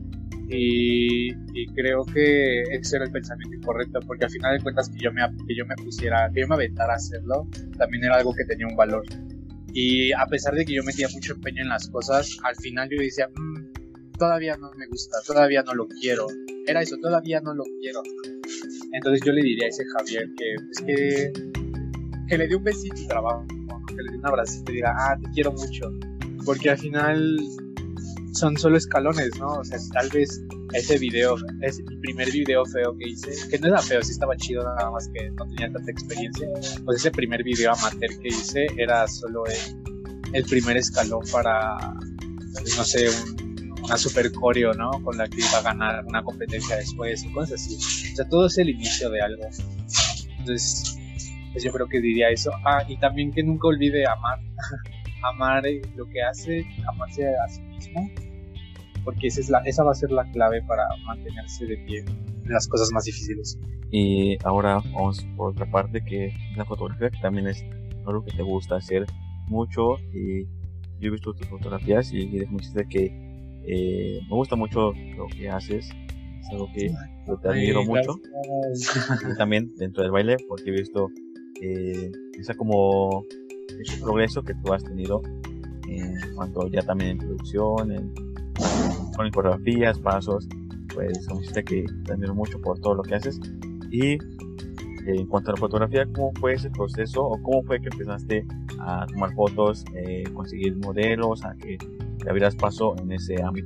Y, y creo que ese era el pensamiento incorrecto, porque al final de cuentas que yo me, que yo me pusiera, que yo me aventara a hacerlo, también era algo que tenía un valor. Y a pesar de que yo metía mucho empeño en las cosas, al final yo decía, mmm, todavía no me gusta, todavía no lo quiero. Era eso, todavía no lo quiero. Entonces yo le diría a ese Javier que, pues que, que le dé un besito y trabajo. Que le dé un abracito y diga, ah, te quiero mucho, porque al final son solo escalones, ¿no? O sea, tal vez ese video, ese mi primer video feo que hice, que no era feo, sí estaba chido, nada más que no tenía tanta experiencia, pues ese primer video amateur que hice era solo el, el primer escalón para, no sé, un, una super coreo, ¿no? Con la que iba a ganar una competencia después, o cosas así. O sea, todo es el inicio de algo. Entonces, pues yo creo que diría eso. Ah, y también que nunca olvide amar. Amar lo que hace, amarse a sí mismo, porque esa, es la, esa va a ser la clave para mantenerse de pie en las cosas más difíciles. Y ahora vamos por otra parte, que es la fotografía, que también es algo que te gusta hacer mucho. Y yo he visto tus fotografías y me dijiste que eh, me gusta mucho lo que haces, es algo que yo te admiro Ay, mucho. Y también dentro del baile, porque he visto eh, esa como ese progreso que tú has tenido en cuanto ya también en producción, en, con coreografías, pasos, pues como dijiste que te admiro mucho por todo lo que haces. Y eh, en cuanto a la fotografía, ¿cómo fue ese proceso o cómo fue que empezaste a tomar fotos, eh, conseguir modelos, a que te abrieras paso en ese ámbito?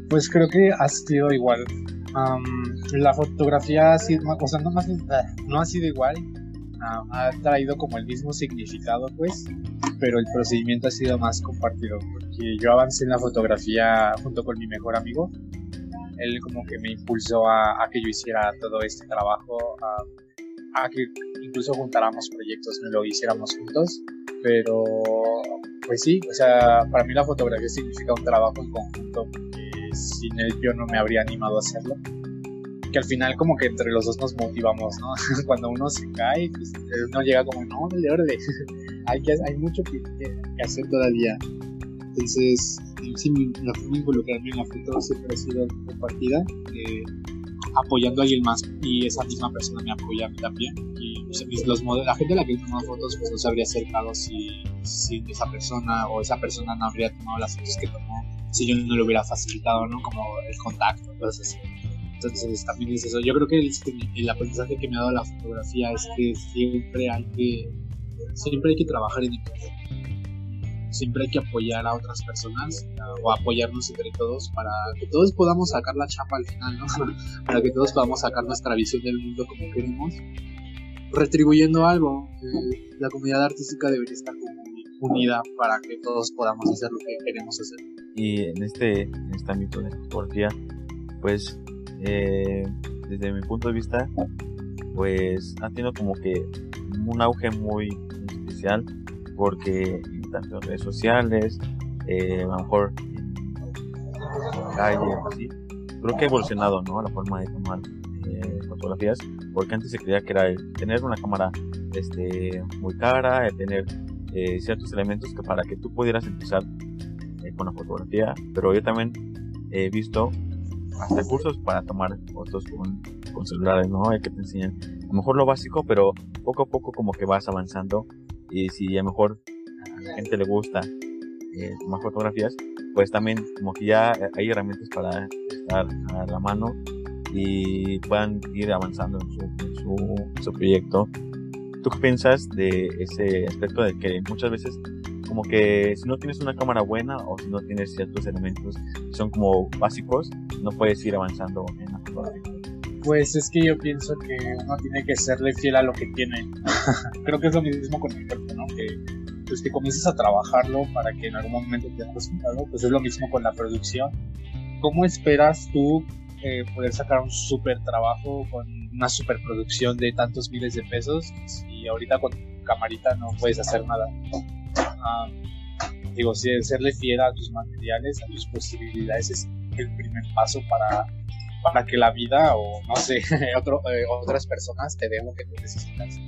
Pues creo que ha sido igual. Um, la fotografía ha sido, o sea, no, más, no ha sido igual. Uh, ha traído como el mismo significado, pues, pero el procedimiento ha sido más compartido, porque yo avancé en la fotografía junto con mi mejor amigo. Él como que me impulsó a, a que yo hiciera todo este trabajo, a, a que incluso juntáramos proyectos, no lo hiciéramos juntos, pero pues sí, o sea, para mí la fotografía significa un trabajo en conjunto, porque sin él yo no me habría animado a hacerlo. Que al final como que entre los dos nos motivamos, ¿no? Cuando uno se cae, pues uno llega como, no, de orden, hay, que, hay mucho que, que hacer todavía. Entonces, sí, la forma de involucrarme en la foto siempre ha sido compartida, eh, apoyando a alguien más, y esa misma persona me apoya a mí también. Y pues, los modelos, la gente a la que he tomado fotos pues no se habría acercado si, si esa persona o esa persona no habría tomado las fotos que tomó, si yo no le hubiera facilitado, ¿no? Como el contacto, cosas así. Entonces también es eso. Yo creo que el, el aprendizaje que me ha dado la fotografía es que siempre hay que siempre hay que trabajar en equipo. Siempre hay que apoyar a otras personas o apoyarnos entre todos para que todos podamos sacar la chapa al final, ¿no? Para que todos podamos sacar nuestra visión del mundo como queremos, retribuyendo algo. Eh, la comunidad artística debería estar como unida para que todos podamos hacer lo que queremos hacer. Y en este, en este ámbito de la fotografía, pues eh, desde mi punto de vista, pues ha tenido como que un auge muy especial, porque tanto en redes sociales, eh, a lo mejor en la calle, así, creo que ha evolucionado, ¿no? La forma de tomar eh, fotografías, porque antes se creía que era el tener una cámara este, muy cara, el tener eh, ciertos elementos que para que tú pudieras empezar eh, con la fotografía, pero yo también he visto hasta cursos para tomar fotos con, con celulares, ¿no? Hay que te enseñan a lo mejor lo básico, pero poco a poco como que vas avanzando, y si a lo mejor a la gente le gusta eh, tomar fotografías, pues también como que ya hay herramientas para estar a la mano y puedan ir avanzando en su, en su, en su proyecto. ¿Tú qué piensas de ese aspecto de que muchas veces como que si no tienes una cámara buena o si no tienes ciertos elementos que son como básicos, no puedes ir avanzando en la fotografía? Pues es que yo pienso que uno tiene que serle fiel a lo que tiene. Creo que es lo mismo con el cuerpo, ¿no? Que pues que comiences a trabajarlo para que en algún momento te dé resultado. Pues es lo mismo con la producción. ¿Cómo esperas tú eh, poder sacar un súper trabajo con una super producción de tantos miles de pesos si ahorita con tu camarita no puedes hacer nada? Uh, digo, si serle fiel a tus materiales, a tus posibilidades es el primer paso para, para que la vida o no sé, otro, eh, otras personas te den lo que tú necesitas.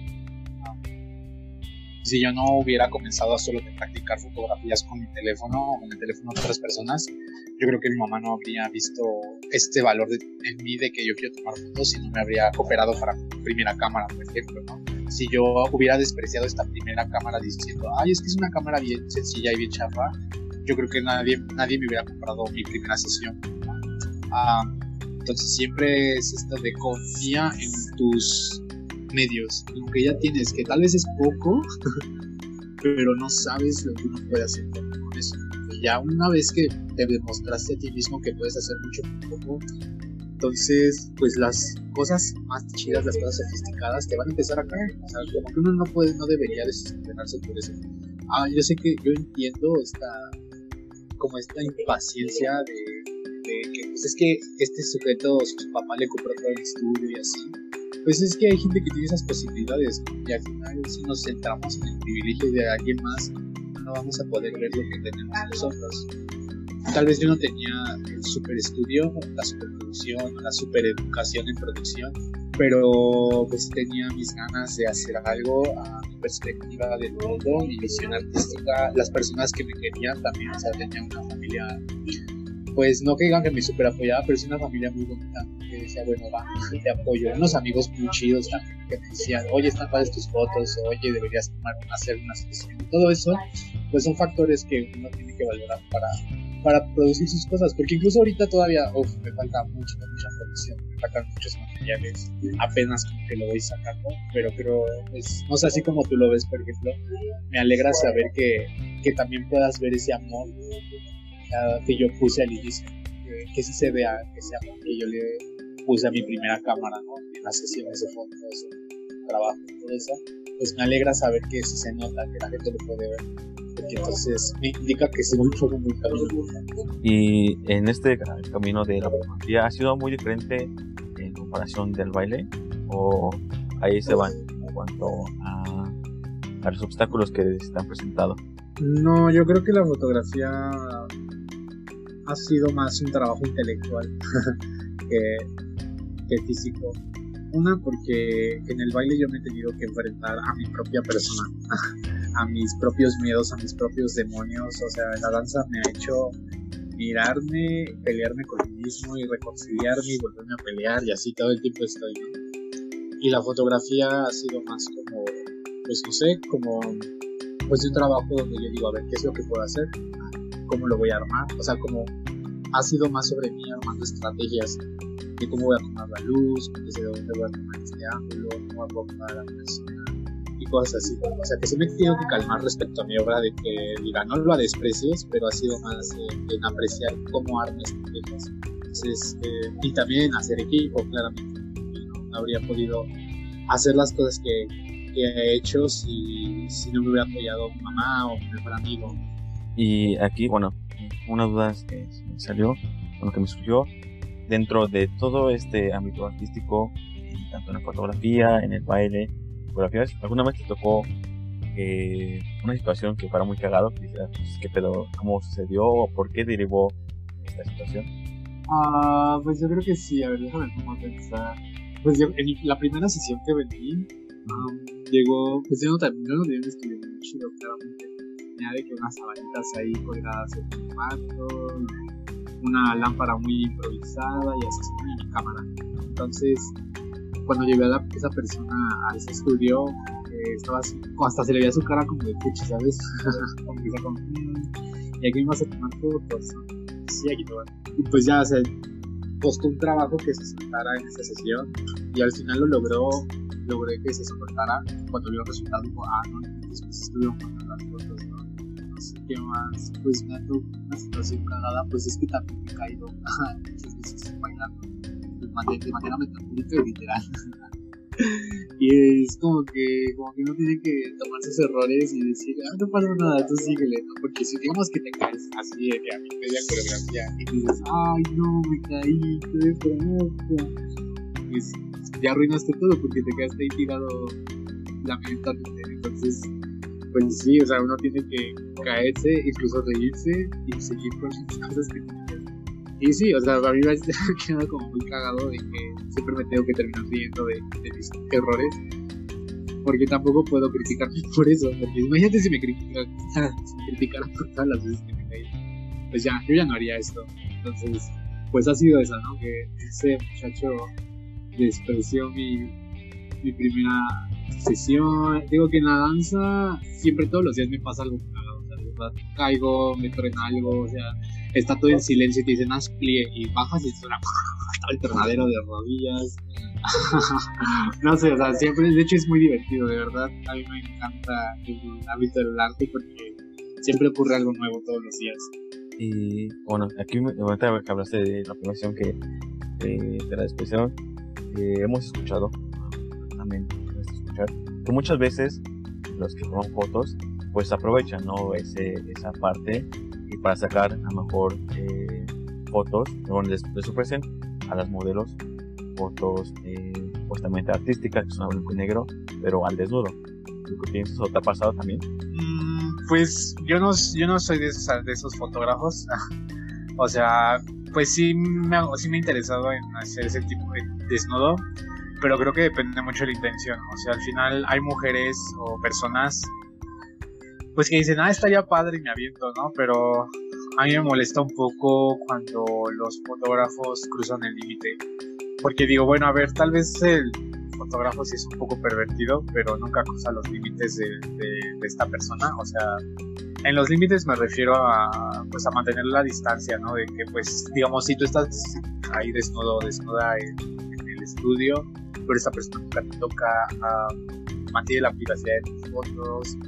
Uh, si yo no hubiera comenzado a solo practicar fotografías con mi teléfono o con el teléfono de otras personas, yo creo que mi mamá no habría visto este valor de, en mí de que yo quiero tomar fotos y no me habría cooperado para mi primera cámara, por ejemplo, ¿no? Si yo hubiera despreciado esta primera cámara diciendo, ay, es que es una cámara bien sencilla y bien chafa, yo creo que nadie, nadie me hubiera comprado mi primera sesión. Uh, entonces siempre es esto de confía en tus medios, en lo que ya tienes, que tal vez es poco, pero no sabes lo que uno puede hacer con eso. Y ya una vez que te demostraste a ti mismo que puedes hacer mucho con poco, entonces pues las cosas más chidas, las cosas sofisticadas te van a empezar a caer. O sea, como que uno no puede, no debería desesperarse por eso. Ah, yo sé que yo entiendo esta como esta impaciencia de, de que pues es que este sujeto, su papá le compró todo el estudio y así. Pues es que hay gente que tiene esas posibilidades, y al final si nos centramos en el privilegio de alguien más, no vamos a poder ver lo que tenemos nosotros. Tal vez yo no tenía el super estudio, la superproducción, la super educación en producción, pero pues tenía mis ganas de hacer algo, a mi perspectiva del mundo, mi visión artística, las personas que me querían también. O sea, tenía una familia, pues no que digan que me super apoyaba, pero es una familia muy bonita, que decía, bueno, va, te apoyo. Unos amigos muy chidos también que me decían, oye, están padres tus fotos, oye, deberías tomar, hacer una sesión. Todo eso, pues son factores que uno tiene que valorar para, para producir sus cosas, porque incluso ahorita todavía, uff, me falta mucho, mucha producción, me faltan muchos materiales, apenas como que lo voy sacando, pero creo, pues, no sé, así como tú lo ves, por ejemplo, me alegra saber que, que también puedas ver ese amor que yo puse al inicio, que sí se vea, que sea que yo le puse a mi primera cámara, ¿no? En las sesiones de fotos, trabajo, todo eso, pues me alegra saber que sí se nota, que la gente lo puede ver, porque entonces me indica que se vuelve muy camino. Y en este camino de la fotografía, ¿ha sido muy diferente en comparación del baile? ¿O ahí se van en cuanto a, a los obstáculos que se están presentando? No, yo creo que la fotografía ha sido más un trabajo intelectual que, que físico. Una, porque en el baile yo me he tenido que enfrentar a mi propia persona, a mis propios miedos, a mis propios demonios. O sea, la danza me ha hecho mirarme, pelearme con mí mismo y reconciliarme y volverme a pelear, y así todo el tiempo estoy, ¿no? Y la fotografía ha sido más como, pues no sé, como pues de un trabajo donde yo digo, a ver, ¿qué es lo que puedo hacer? ¿Cómo lo voy a armar? O sea, como ha sido más sobre mí armando estrategias de cómo voy a tomar la luz, desde dónde voy a tomar este ángulo, cómo voy a acomodar a la persona y cosas así. O sea, que sí me he tenido que calmar respecto a mi obra, de que diga, no lo desprecies, pero ha sido más eh, en apreciar cómo armo estrategias. Entonces, eh, y también hacer equipo, claramente. No, no habría podido hacer las cosas que, que he hecho si, si no me hubiera apoyado mi mamá o mi mejor amigo. Y aquí, bueno, una duda que me salió, bueno, que me surgió, dentro de todo este ámbito artístico, tanto en la fotografía, en el baile, fotografías, ¿alguna vez te tocó eh, una situación que fuera muy cagado? Que dijeras, pues, ¿qué pedo? ¿Cómo sucedió? ¿O por qué derivó esta situación? Ah, uh, pues yo creo que sí. A ver, déjame cómo pensar. Pues yo, en la primera sesión que vendí, um, llegó, pues yo no también, yo no tenía un estudio muy chido, claramente. Tenía de que unas sabanitas ahí colgadas en el cuarto, una lámpara muy improvisada y así en mi cámara. Entonces, cuando llevé a la, esa persona a ese estudio, eh, estaba así, hasta se le veía su cara como de puchi, ¿sabes? Como que como, mmm, y aquí me vas a tomar fotos, ¿no? Sí, aquí te van. Y pues ya, o sea, costó un trabajo que se soltara en esa sesión, y al final lo logró, logré que se soltara. Cuando vio el resultado, dijo, ah, no, después estuvieron con las fotos, ¿no? No sé qué más. Pues me ha tocado una situación cagada, pues es que también me he caído muchas veces bailando de manera metafórica y literal. Y es como que, como que uno tiene que tomar sus errores y decir, ah, no pasa nada, tú síguele, ¿no? Porque si digamos que te caes así de que a mi media coreografía y dices, ay, no, me caí, qué desgracia, pues ya arruinaste todo porque te quedaste ahí tirado lamentablemente. Entonces, pues sí, o sea, uno tiene que caerse, incluso reírse y seguir con las cosas que tiene que hacer. Y sí, o sea, a mí me ha quedado como muy cagado de que siempre me tengo que terminar riendo de, de mis errores, porque tampoco puedo criticarme por eso, porque imagínate si me critican, si me criticaran por todas las veces que me caí, pues ya, yo ya no haría esto. Entonces, pues ha sido esa, ¿no? Que ese muchacho despreció mi, mi primera sesión. Digo que en la danza siempre todos los días me pasa algo cagado, o sea, de verdad, caigo, me truena algo, o sea, está todo en silencio y te dicen haz plie y bajas y suena el tornadero de rodillas. No sé, o sea, siempre, de hecho es muy divertido, de verdad. A mí me encanta el hábito del arte porque siempre ocurre algo nuevo todos los días. Y bueno, aquí ahorita que hablaste de la profesión que eh, de la expresión, eh, hemos escuchado también escuchar que muchas veces los que toman fotos pues aprovechan, ¿no? Ese, esa parte y para sacar a lo mejor eh, fotos donde les, les ofrecen a las modelos fotos eh, supuestamente artísticas que son a blanco y negro pero al desnudo. ¿Tú qué piensas o te ha pasado también? Mm, pues yo no, yo no soy de esos, de esos fotógrafos. O sea, pues sí me, sí me he interesado en hacer ese tipo de desnudo, pero creo que depende mucho de la intención. O sea, al final hay mujeres o personas pues que dicen, ah, estaría padre y me aviento, ¿no? Pero a mí me molesta un poco cuando los fotógrafos cruzan el límite, porque digo, bueno, a ver, tal vez el fotógrafo sí es un poco pervertido, pero nunca cruza los límites de, de, de esta persona. O sea, en los límites me refiero a, pues, a mantener la distancia, ¿no? De que, pues, digamos, si tú estás ahí desnudo, desnuda en, en el estudio, pero esta persona nunca te toca, uh, mantiene la privacidad de tus fotos,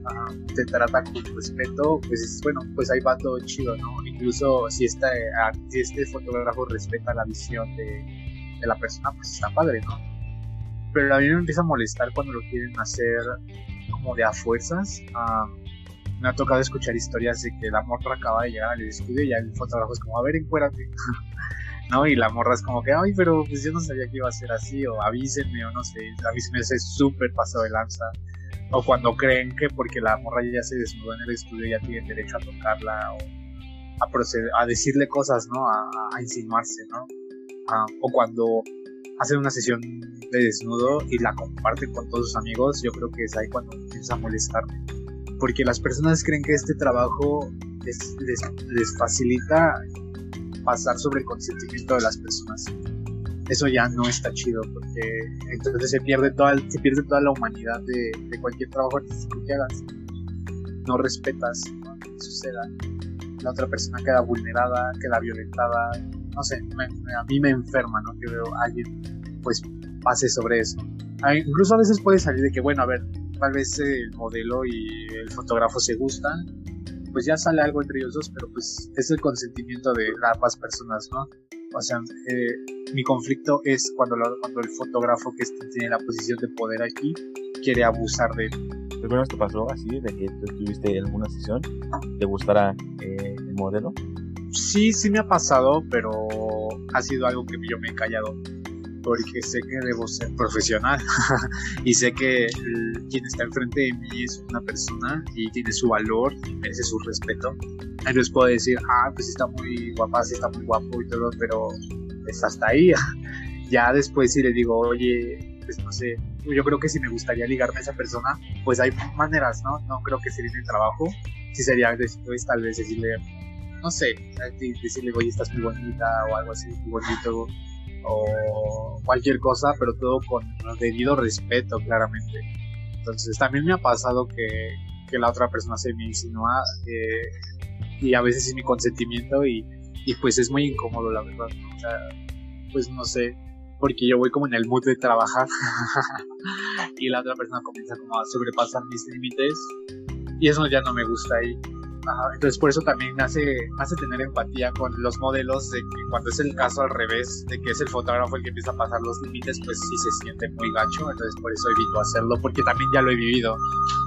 uh, te trata con respeto, pues bueno, pues ahí va todo chido, ¿no? Incluso si este, si este fotógrafo respeta la visión de, de la persona, pues está padre, ¿no? Pero a mí me empieza a molestar cuando lo quieren hacer como de a fuerzas. Uh, me ha tocado escuchar historias de que la morra acaba de llegar al estudio y ya el fotógrafo es como, a ver, encuérate. ¿No? Y la morra es como que, ay, pero pues yo no sabía que iba a ser así, o avísenme, o no sé, a mí se me hace súper pasado de lanza. O cuando creen que porque la morra ya se desnudó en el estudio ya tienen derecho a tocarla, o a proceder, a decirle cosas, ¿no? A, a insinuarse, ¿no? Uh, o cuando hacen una sesión de desnudo y la comparten con todos sus amigos, yo creo que es ahí cuando empieza a molestarme. Porque las personas creen que este trabajo les, les, les facilita pasar sobre el consentimiento de las personas. Eso ya no está chido, porque entonces se pierde toda, se pierde toda la humanidad de, de cualquier trabajo artístico que hagas. No respetas, ¿no? Que suceda. La otra persona queda vulnerada, queda violentada. No sé, me, me, a mí me enferma, ¿no? Que veo a alguien pues pase sobre eso. Hay, incluso a veces puede salir de que, bueno, a ver, tal vez el modelo y el fotógrafo se gustan, pues ya sale algo entre ellos dos, pero pues es el consentimiento de ambas personas, ¿no? O sea, eh, mi conflicto es cuando, lo, cuando el fotógrafo que tiene la posición de poder aquí quiere abusar de él. ¿Alguna vez te pasó así, de que tú tuviste alguna sesión, te gustara eh, el modelo? Sí, sí me ha pasado, pero ha sido algo que yo me he callado, porque sé que debo ser profesional y sé que el, quien está enfrente de mí es una persona y tiene su valor y merece su respeto. Entonces puedo decir, ah, pues está muy guapa, sí está muy guapo y todo, pero es hasta ahí. Ya después si le digo, oye, pues no sé, yo creo que si me gustaría ligarme a esa persona, pues hay maneras, ¿no? No creo que sería en el trabajo. Si sería después tal vez decirle, no sé, decirle, oye, estás muy bonita o algo así, muy bonito, o cualquier cosa, pero todo con debido respeto, claramente. Entonces también me ha pasado que, que la otra persona se me insinúa eh, y a veces sin mi consentimiento y, y pues es muy incómodo, la verdad, ¿no? O sea, pues no sé, porque yo voy como en el mood de trabajar y la otra persona comienza como a sobrepasar mis límites y eso ya no me gusta ahí. Ajá, entonces por eso también me hace, me hace tener empatía con los modelos, de que cuando es el caso al revés, de que es el fotógrafo el que empieza a pasar los límites, pues sí se siente muy gacho. Entonces por eso evito hacerlo, porque también ya lo he vivido.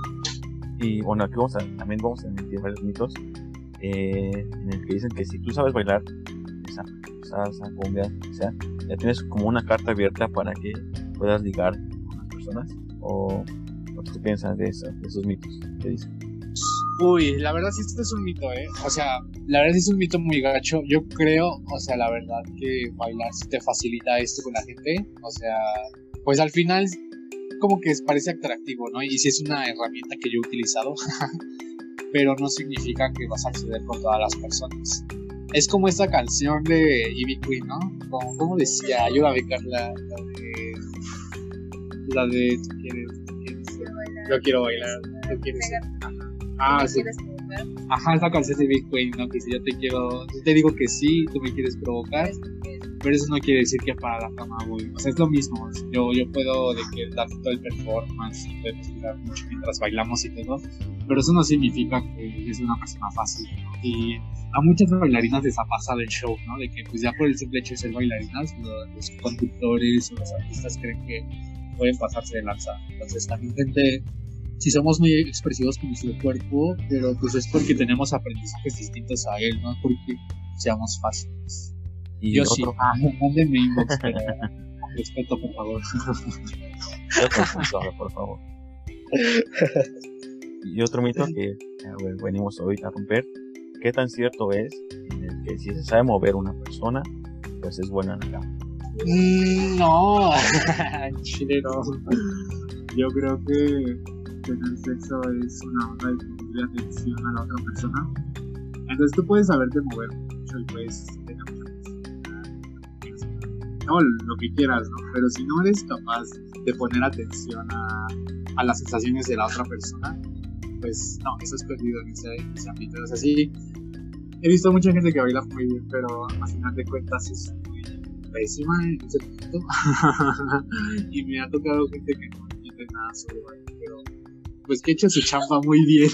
Y bueno, aquí vamos a, también vamos a emitir varios mitos eh, en el que dicen que si tú sabes bailar esa salsa, cumbia, o sea, ya tienes como una carta abierta para que puedas ligar con las personas. ¿O qué piensas de, eso, de esos mitos? ¿Qué dicen? Uy, la verdad sí esto es un mito, ¿eh? O sea, la verdad sí es un mito muy gacho. Yo creo, o sea, la verdad que bailar sí te facilita esto con la gente. O sea, pues al final como que parece atractivo, ¿no? Y sí es una herramienta que yo he utilizado, pero no significa que vas a acceder con todas las personas. Es como esta canción de Ivy Queen, ¿no? Como, ¿cómo decía? Ayúdame, Carla. La de... La de... ¿Tú quieres? ¿Tú quieres? Yo quiero bailar. ¿Tú quieres? Ah, sí. Ajá, esa canción de Big Queen, ¿no? Que si yo te quiero, yo te digo que sí, tú me quieres provocar, pero eso no quiere decir que para la cama voy. O sea, es lo mismo. Yo, yo puedo de que dar todo el performance, podemos mirar mucho mientras bailamos y todo, pero eso no significa que es una persona fácil, ¿no? Y a muchas bailarinas les ha pasado el show, ¿no? De que pues ya por el simple hecho de ser bailarinas, los, los conductores o los artistas creen que pueden pasarse de lanza. Entonces también gente... Si somos muy expresivos con nuestro cuerpo, pero pues es porque tenemos aprendizajes distintos a él, no porque seamos fáciles. Y yo otro... sí, ah, mándenme inbox, pero con respeto, por favor. Yo con por favor. Y otro mito que bueno, venimos hoy a romper, ¿qué tan cierto es en el que si se sabe mover una persona, pues es buena en la cama? Mm, no, chile no. Yo creo que tener sexo es una onda de ponerle atención a la otra persona. Entonces tú puedes saberte mover mucho y puedes tener mucha no, lo que quieras, ¿no? Pero si no eres capaz de poner atención a, a las sensaciones de la otra persona, pues no, eso es perdido en ese, en ese ámbito. O sea, sí, he visto mucha gente que baila muy bien, pero al final de cuentas es muy pésima en ese punto. Y me ha tocado gente que no entiende nada sobre bailar, pero pues que he hecho su chamba muy bien.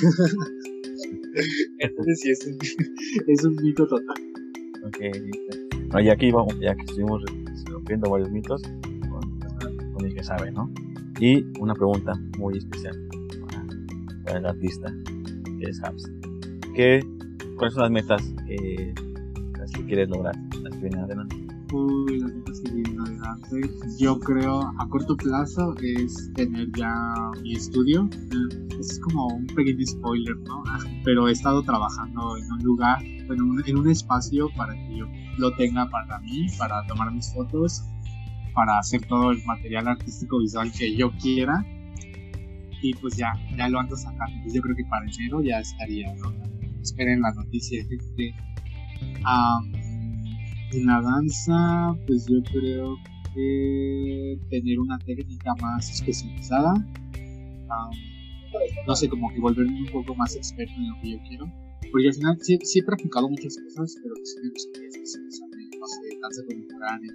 Entonces sí, es un, es un mito total. Ok, no, y aquí vamos, ya que estuvimos rompiendo varios mitos con, con el que sabe, ¿no? Y una pregunta muy especial para, para el artista, que es Habs. ¿Qué, ¿Cuáles son las metas que, las que quieres lograr, las que vienen adelante? Uy, las metas que vienen adelante, yo creo a corto plazo es tener ya mi estudio. Es como un pequeño spoiler, ¿no? Pero he estado trabajando en un lugar, en un, en un espacio para que yo lo tenga para mí, para tomar mis fotos, para hacer todo el material artístico visual que yo quiera. Y pues ya, ya lo ando sacando. Entonces yo creo que para enero ya estaría, ¿no? Esperen la noticia, gente. Um, en la danza, pues yo creo que tener una técnica más especializada. Um, no sé, como que volverme un poco más experto en lo que yo quiero. Porque al final sí, sí he practicado muchas cosas, pero pues sí me gustaría especializarme, no sé, danza contemporánea,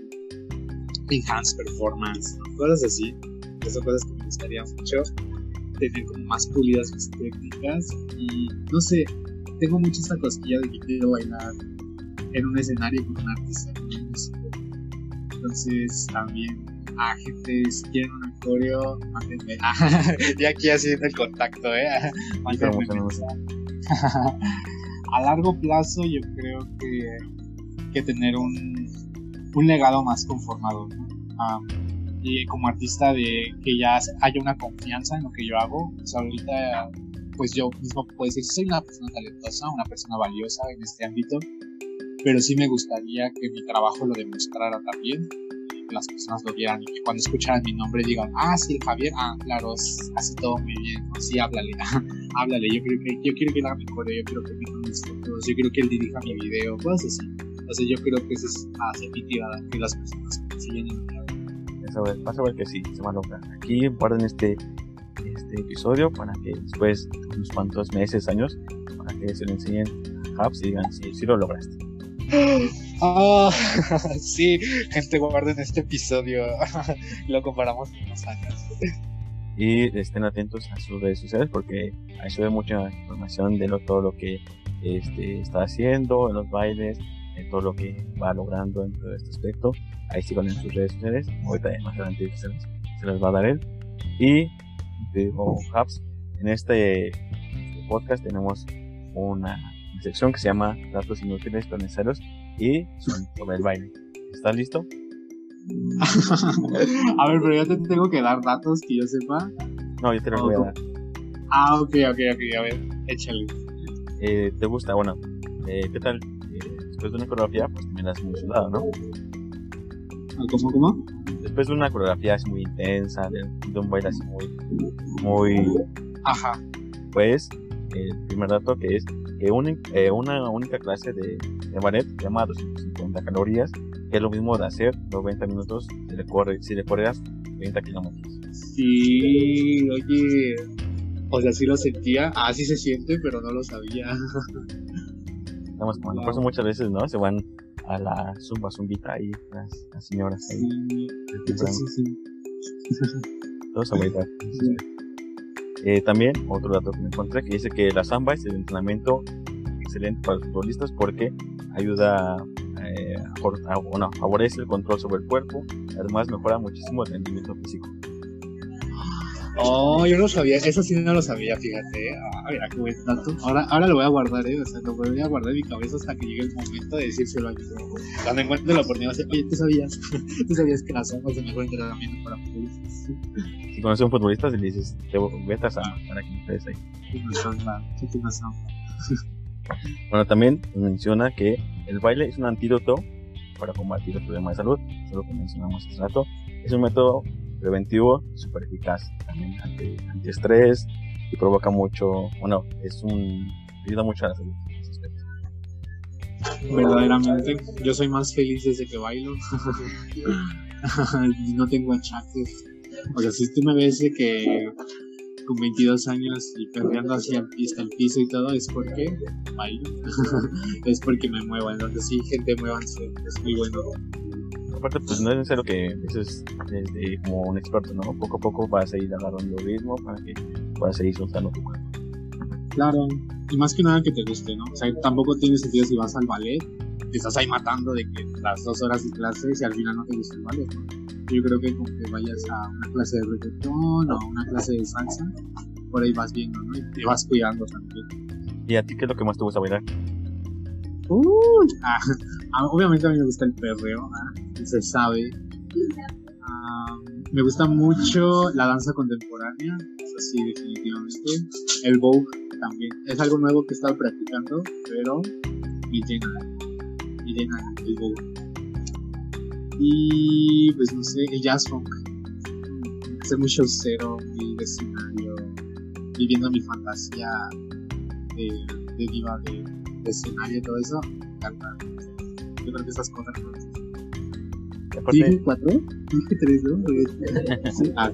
enhanced performance, ¿no? Cosas así. Que son cosas que me gustaría mucho tener como más pulidas mis técnicas. Y no sé, tengo mucho esta cosquilla de que quiero bailar en un escenario con un artista, con un músico. Entonces también a gente, si quieren un coreo, mándenme. Y aquí haciendo el contacto, eh. Mándenme mensaje. A largo plazo yo creo que, que tener un, un legado más conformado, ¿no? Um, y como artista de que ya haya una confianza en lo que yo hago. Pues ahorita pues yo mismo puedo decir soy una persona talentosa, una persona valiosa en este ámbito, pero sí me gustaría que mi trabajo lo demostrara también, que las personas lo vieran y que cuando escucharan mi nombre digan, ah, sí, el Javier, ah, claro, hace todo muy bien, ¿no? Sí, háblale, háblale, yo creo que yo quiero que él haga mi coreo, yo quiero que él tome mis fotos, yo quiero que él dirija mi video, cosas así. O sea, yo creo que eso es hacer mi tirada, que las personas me siguen en mi vida. Vas a ver que sí, se va a lograr. Aquí guarden este, este episodio para que después, unos cuantos meses, años, para que se lo enseñen a Habs y digan, sí, sí lo lograste. Oh, sí, gente, guarden este episodio. Lo comparamos en unos años. Y estén atentos a sus redes sociales porque ahí sube mucha información de lo, todo lo que este, está haciendo en los bailes, de todo lo que va logrando en todo este aspecto. Ahí sigan en sus redes sociales. Ahorita más adelante se les, se les va a dar él. Y te digo, Habs, en este, este podcast tenemos una sección que se llama datos inútiles pero necesarios y sobre el baile. ¿Estás listo? A ver, pero yo te tengo que dar datos que yo sepa. No, yo te los voy a dar. Ah, ok, ok, ok, a ver, échale. Eh, ¿Te gusta? Bueno, eh, ¿qué tal? Eh, después de una coreografía, pues también has muy sudado, ¿no? ¿Cómo, cómo? Después de una coreografía así muy intensa, de, de un baile así muy, muy... Ajá. Pues, el primer dato que es que una, eh, una única clase de, de ballet se llama doscientas cincuenta calorías, que es lo mismo de hacer noventa minutos si le, corre, si le correas treinta kilómetros. Sí, oye, o sea, sí lo sentía, así se siente, pero no lo sabía. Estamos como wow. Por eso muchas veces, ¿no? Se van a la zumba, zumbita ahí, las, las señoras ahí. Sí, sí, sí. Todos a bailar. Sí. Eh, también, otro dato que me encontré que dice que la samba es el entrenamiento excelente para los futbolistas porque ayuda eh, a, a, bueno, favorece el control sobre el cuerpo, además mejora muchísimo el rendimiento físico. Oh, yo no sabía, eso sí no lo sabía, fíjate. Ah, mira, qué buen dato. Ahora, ahora lo voy a guardar, eh, o sea, lo voy a guardar en mi cabeza hasta que llegue el momento de decírselo a mi hijo. Cuando encuentre la oportunidad, oye, ¿tú sabías? ¿Tú sabías que la samba es el mejor entrenamiento para futbolistas? Si conoces a un futbolista, le dices, te vete a samba para que me estés ahí. Bueno, también menciona que el baile es un antídoto para combatir el problema de salud, es lo que mencionamos hace rato. Es un método preventivo súper eficaz, también anti, antiestrés y provoca mucho, bueno, es un, ayuda mucho a la salud. Verdaderamente, yo soy más feliz desde que bailo. No tengo achaques. O sea, si tú me ves de que con veintidós años y perreando hacia hasta el piso y todo, es porque bailo. Es porque me muevo. Entonces sí, gente, muévanse, es muy bueno. Aparte, pues no es necesario que empieces desde como un experto, ¿no? Poco a poco vas a ir agarrando ritmo para que puedas seguir soltando tu cuerpo. Claro, y más que nada que te guste, ¿no? O sea, tampoco tiene sentido si vas al ballet, te estás ahí matando de que las dos horas de clases y al final no te gusta el ballet, ¿no? Yo creo que como que vayas a una clase de reggaetón o a una clase de salsa, por ahí vas viendo, ¿no? Y te vas cuidando también. ¿Y a ti qué es lo que más te gusta bailar? Uy, ah, obviamente a mí me gusta el perreo, ¿ah? Se sabe. Ah, me gusta mucho la danza contemporánea, eso sí, definitivamente. El Vogue también. Es algo nuevo que he estado practicando, pero me llena, me llena el Vogue. Y pues no sé, el jazz funk. Ser muy showcero, muy de escenario, viviendo mi fantasía de, de diva de, de escenario y todo eso, me encanta. Yo creo que esas cosas no. Aparte... ¿Dije cuatro? ¿Dije tres, no? Sí. Ah.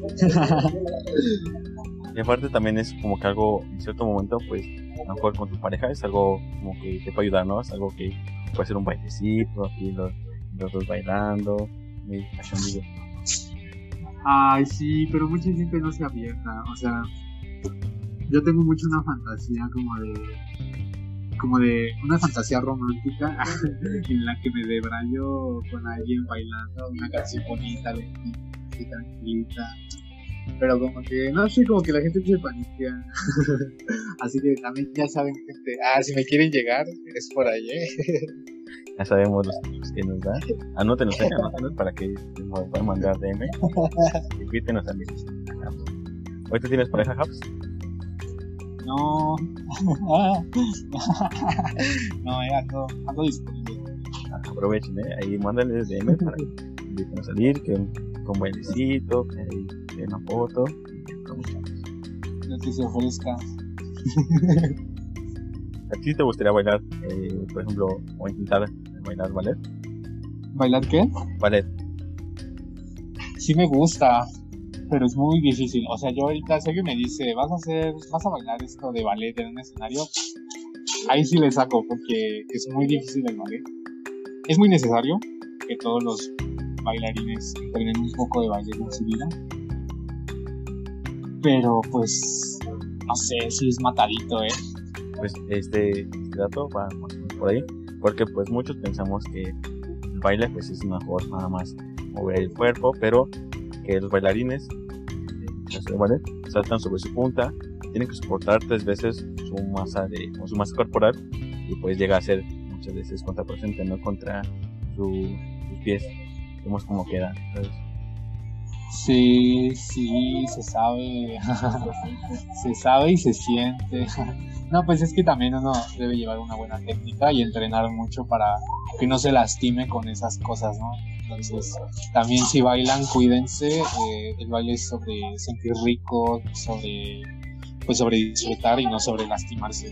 Y aparte también es como que algo, en cierto momento, pues, a lo mejor con tu pareja es algo como que te puede ayudar, ¿no? Es algo que puede ser un bailecito, aquí los, los dos bailando, muy cachondillo. Ay, sí, pero mucha gente no se abierta, o sea, yo tengo mucho una fantasía como de, como de, una fantasía romántica en la que me debrayo con alguien bailando una canción bonita, lentita y tranquilita, pero como que, no sé, como que la gente se paniquea, así que también ya saben, gente, ah, si me quieren llegar, es por ahí, ¿eh? Ya sabemos los tips que nos da. Anótenos ahí, anótenos para que nos puedan mandar D M. Invítenos amigos. ¿Ahorita tienes pareja, Habs? No. No, ya ando, ando disponible. Aprovechen, ¿eh? Ahí mándenles D M para que inviten a salir, que con bailecito, que ahí den una foto. Y Lo que se ofrezca. ¿A ti te gustaría bailar, eh, por ejemplo, o intentar bailar ballet? ¿Bailar qué? Ballet. Sí me gusta, pero es muy difícil. O sea, yo ahorita, si alguien me dice, vas a hacer, vas a bailar esto de ballet en un escenario, ahí sí le saco, porque es muy difícil el ballet. Es muy necesario que todos los bailarines entrenen un poco de ballet en su vida. Pero pues, no sé, sí es matadito, ¿eh? Pues este, este dato va más o menos por ahí, porque pues muchos pensamos que el baile pues es una forma nada más mover el cuerpo, pero que los bailarines en caso de ballet saltan sobre su punta, tienen que soportar tres veces su masa de, o su masa corporal, y pues llega a ser muchas veces contraproducente, ¿no? Contra su, sus pies. Vemos cómo queda, ¿sabes? Sí, sí, se sabe. Se sabe y se siente. No, pues es que también uno debe llevar una buena técnica y entrenar mucho para que no se lastime con esas cosas, ¿no? Entonces, también si bailan, cuídense. Eh, el baile es sobre sentir rico, sobre, pues sobre disfrutar y no sobre lastimarse.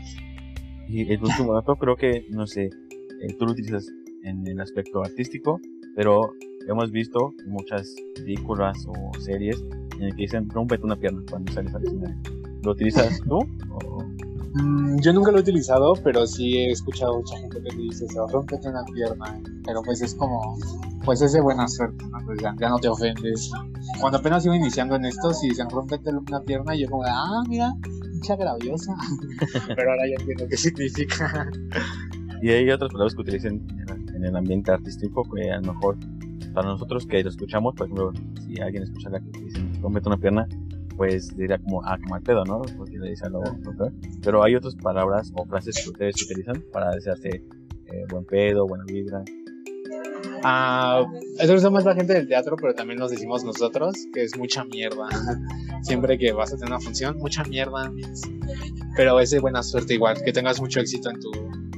Y el último dato creo que, no sé, eh, tú lo utilizas en el aspecto artístico, pero hemos visto muchas películas o series en el que dicen rómpete una pierna cuando sales al escenario. ¿Lo utilizas tú? ¿O? Mm, yo nunca lo he utilizado, pero sí he escuchado mucha gente que te dice eso, rómpete una pierna, pero pues es como, pues es de buena suerte, ¿no? Pues ya, ya no te ofendes. Cuando apenas iba iniciando en esto, si dicen rómpete una pierna, yo como, ah, mira, mucha grabiosa. Pero ahora ya entiendo qué significa. Y hay otras palabras que utilicen en el ambiente artístico que a lo mejor para nosotros que lo escuchamos, por ejemplo, si alguien escucha la que dicen rómpete una pierna, pues diría como, ah, qué mal pedo, ¿no? Porque le dice a lo peor. Pero hay otras palabras o frases que ustedes utilizan para desearse eh, buen pedo, buena vibra. Ah, eso lo usa más la gente del teatro, pero también nos decimos nosotros, que es mucha mierda. Siempre que vas a tener una función, mucha mierda. Pero es de buena suerte igual, que tengas mucho éxito en tu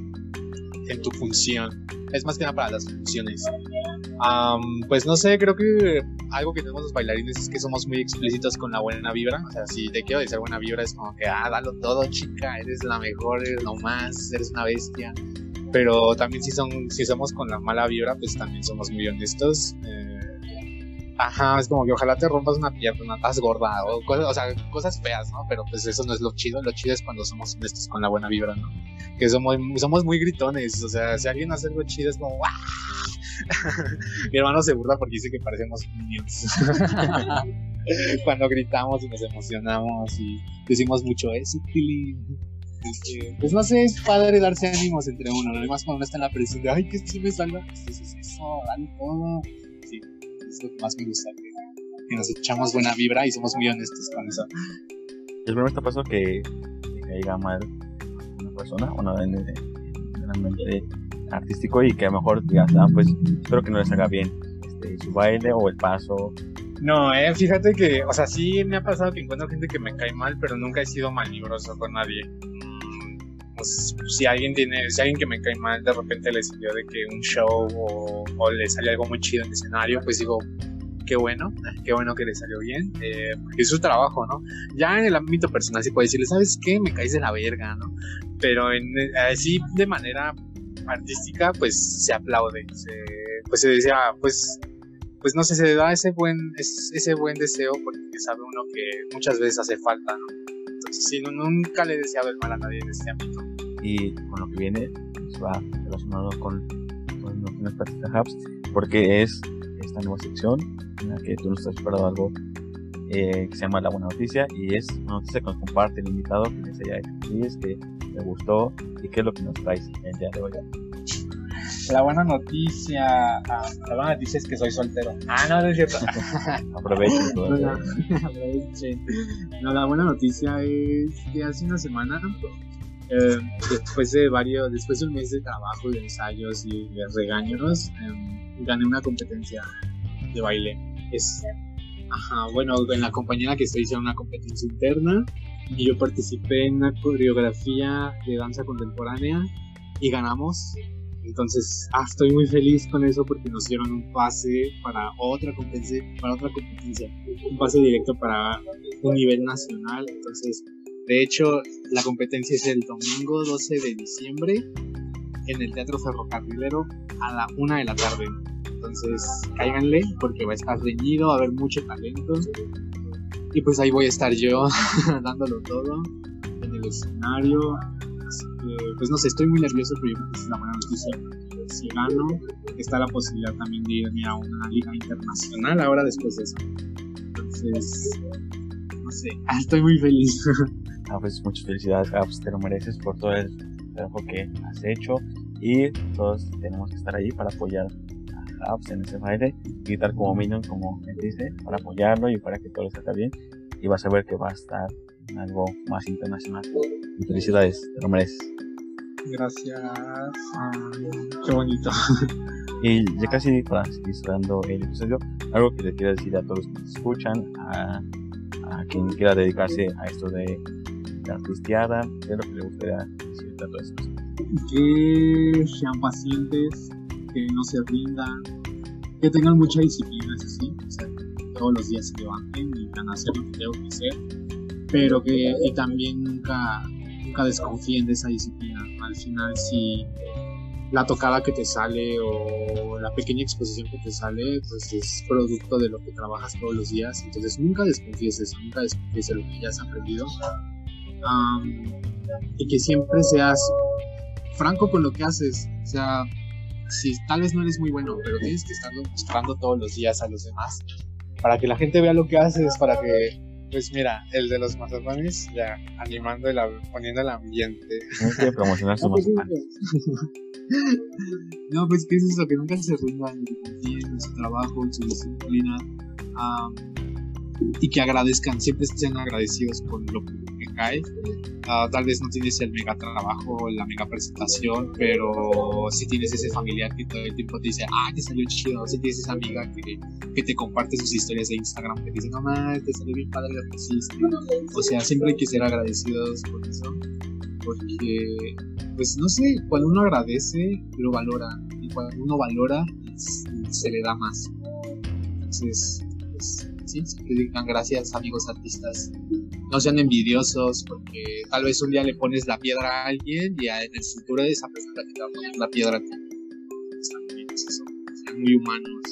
en tu función. Es más que nada para las funciones. Um, pues no sé, creo que algo que tenemos los bailarines es que somos muy explícitos con la buena vibra. O sea, si te quiero decir buena vibra es como que, ah, dalo todo, chica, eres la mejor, eres lo más, eres una bestia. Pero también si son, si somos con la mala vibra, pues también somos muy honestos. Eh, Ajá, es como que ojalá te rompas una pierna, estás gorda, o cosas, o sea, cosas feas, ¿no? Pero pues eso no es lo chido, lo chido es cuando somos honestos con la buena vibra, ¿no? Que somos, somos muy gritones, o sea, si alguien hace algo chido es como ¡guau! Mi hermano se burla porque dice que parecemos niños cuando gritamos y nos emocionamos y decimos mucho eso, pues no sé, es padre darse ánimos entre uno, además cuando uno está en la presión de ay, que si me salga, pues es eso, dale todo, sí, es lo que más me gusta, que, que nos echamos buena vibra y somos muy honestos con eso. El problema está pasando que, que caiga mal una persona, una en el ambiente artístico y que a lo mejor digas, ah, pues espero que no les haga bien este, su baile o el paso. No, eh, fíjate que, o sea, sí me ha pasado que encuentro gente que me cae mal, pero nunca he sido malvibroso con nadie. Pues, si alguien tiene, si alguien que me cae mal de repente le salió de que un show o, o le salió algo muy chido en el escenario, pues digo, qué bueno, qué bueno que le salió bien, eh, porque es su trabajo, ¿no? Ya en el ámbito personal sí puede decirle, ¿sabes qué? Me caes de la verga, ¿no? Pero en, así de manera artística, pues se aplaude, se, pues se dice, ah, pues, pues no sé, se da ese buen, ese buen deseo porque sabe uno que muchas veces hace falta, ¿no? Entonces sí, no, nunca le he deseado el mal a nadie en este ámbito. Y con lo que viene, pues va relacionado con, con lo que nos platica Hubs, porque es esta nueva sección en la que tú nos estás esperando algo eh, que se llama La Buena Noticia, y es una noticia que nos comparte el invitado, que les haya hecho feliz, que te gustó, y qué es lo que nos traes el día de hoy. La buena noticia, ah, la buena noticia es que soy soltero. Ah, no, no es cierto. Aprovechen todo. No, no, aprovechen. No, la buena noticia es que hace una semana, eh, después de varios, después de un mes de trabajo, de ensayos y de regaños, eh, gané una competencia de baile. Es, ajá, bueno, en la compañía en la que estoy hicieron una competencia interna y yo participé en una coreografía de danza contemporánea y ganamos. Entonces, ah, estoy muy feliz con eso porque nos dieron un pase para otra competencia, para otra competencia, un pase directo para un nivel nacional. Entonces, de hecho, la competencia es el domingo doce de diciembre en el Teatro Ferrocarrilero a la una de la tarde. Entonces, cáiganle porque va a estar reñido, va a haber mucho talento. Y pues ahí voy a estar yo dándolo todo en el escenario. Así que, pues no sé, estoy muy nervioso, pero yo creo que es una buena noticia. Si gano, está la posibilidad también de irme a una liga internacional ahora después de eso. Entonces, no sé, estoy muy feliz. Ah, pues muchas felicidades, Gabs, te lo mereces por todo el trabajo que has hecho y todos tenemos que estar ahí para apoyar a Gabs en ese baile y tal como Minion, como él dice, para apoyarlo y para que todo salga bien, y vas a ver que va a estar en algo más internacional. Y felicidades, te lo mereces. Gracias. Qué bonito. Y ya casi para seguir cerrando el episodio, algo que le quiero decir a todos los que nos escuchan, a, a quien quiera dedicarse a esto de la artisteada, ¿qué es lo que le gustaría decir a todas estas personas? Que sean pacientes, que no se rindan, que tengan mucha disciplina, eso sí, o sea, que todos los días se levanten y van a hacer lo que tengo que hacer, pero que y también nunca, nunca desconfíen de esa disciplina. Al final, si la tocada que te sale o la pequeña exposición que te sale, pues es producto de lo que trabajas todos los días, entonces nunca desconfíes de eso, nunca desconfíes de lo que ya has aprendido. Um, y que siempre seas franco con lo que haces, o sea, si tal vez no eres muy bueno, pero tienes que estarlo mostrando todos los días a los demás para que la gente vea lo que haces, para que, pues mira, el de los mazapanes, ya animando, el, poniendo el ambiente. Tienes que promocionar sus mazapanes. No, pues que es eso, que nunca se rindan, que confíen en su trabajo, en su disciplina, um, y que agradezcan, siempre sean agradecidos con lo que cae. Uh, tal vez no tienes el mega trabajo, la mega presentación, pero si tienes ese familiar que todo el tiempo te dice, ah, te salió chido, si tienes esa amiga que, que te comparte sus historias de Instagram, que te dice, no mames, te salió bien padre lo que hiciste. O sea, siempre hay que ser agradecidos por eso, porque, pues no sé, cuando uno agradece, lo valora, y cuando uno valora, se le da más. Entonces, pues sí, siempre digan gracias, amigos artistas. No sean envidiosos, porque tal vez un día le pones la piedra a alguien y en el futuro esa persona te va a poner la piedra a ti. Sean muy humanos.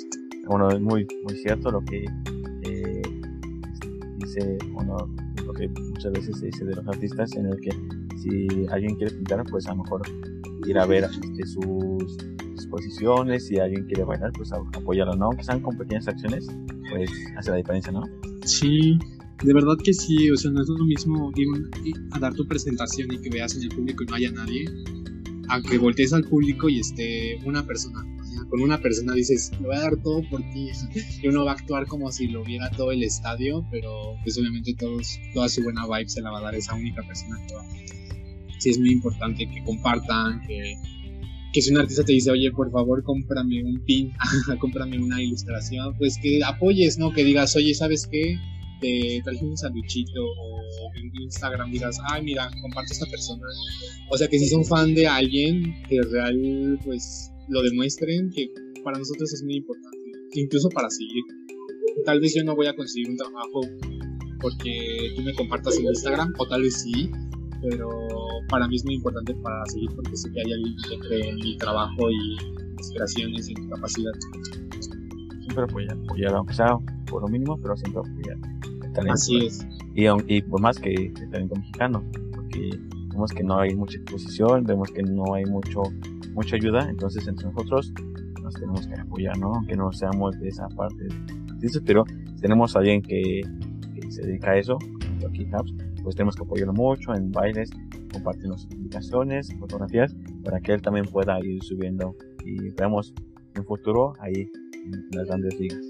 bueno, es muy, muy cierto lo que eh, dice, bueno, lo que muchas veces se dice de los artistas, en el que si alguien quiere pintar, pues a lo mejor ir a ver este, sus exposiciones, si alguien quiere bailar, pues apoyarlo, ¿no? Aunque sean con pequeñas acciones, pues hace la diferencia, ¿no? Sí, de verdad que sí, o sea, no es lo mismo ir a dar tu presentación y que veas en el público y no haya nadie, a que voltees al público y esté una persona. O sea, con una persona dices, lo voy a dar todo por ti, y uno va a actuar como si lo viera todo el estadio, pero pues obviamente todos, toda su buena vibe se la va a dar esa única persona que va. Sí, es muy importante que compartan, que, que si un artista te dice, oye, por favor, cómprame un pin, cómprame una ilustración, pues que apoyes, ¿no? Que digas, oye, ¿sabes qué? Te traje un sanduchito, o en Instagram digas, ay, mira, comparto a esta persona. O sea, que si son fan de alguien, que real, pues, lo demuestren, que para nosotros es muy importante, incluso para seguir. Tal vez yo no voy a conseguir un trabajo porque tú me compartas en Instagram, o tal vez sí, pero para mí es muy importante para seguir, porque sé que hay alguien que cree en mi trabajo y mis creaciones y mi capacidad. Siempre apoyar, apoyar, aunque sea por lo mínimo, pero siempre apoyar el talento. Así es. Y, y por más que el talento mexicano, porque vemos que no hay mucha exposición, vemos que no hay mucho mucha ayuda, entonces entre nosotros nos tenemos que apoyar, ¿no? Aunque no seamos de esa parte, pero si tenemos a alguien que, que se dedica a eso, aquí Habs, pues tenemos que apoyarlo mucho en bailes, compartir nuestras publicaciones, fotografías, para que él también pueda ir subiendo y veamos un futuro ahí en las grandes ligas.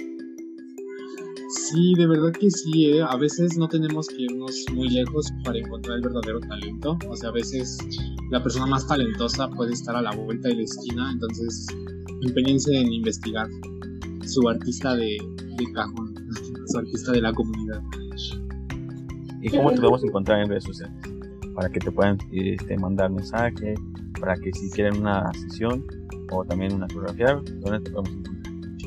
Sí, de verdad que sí, ¿eh? A veces no tenemos que irnos muy lejos para encontrar el verdadero talento. O sea, a veces la persona más talentosa puede estar a la vuelta de la esquina, entonces empeñense en investigar su artista de, de cajón, su artista de la comunidad. ¿Y cómo te podemos encontrar en redes sociales? Para que te puedan este, mandar mensaje, para que si quieren una sesión o también una fotografía, ¿dónde te podemos encontrar?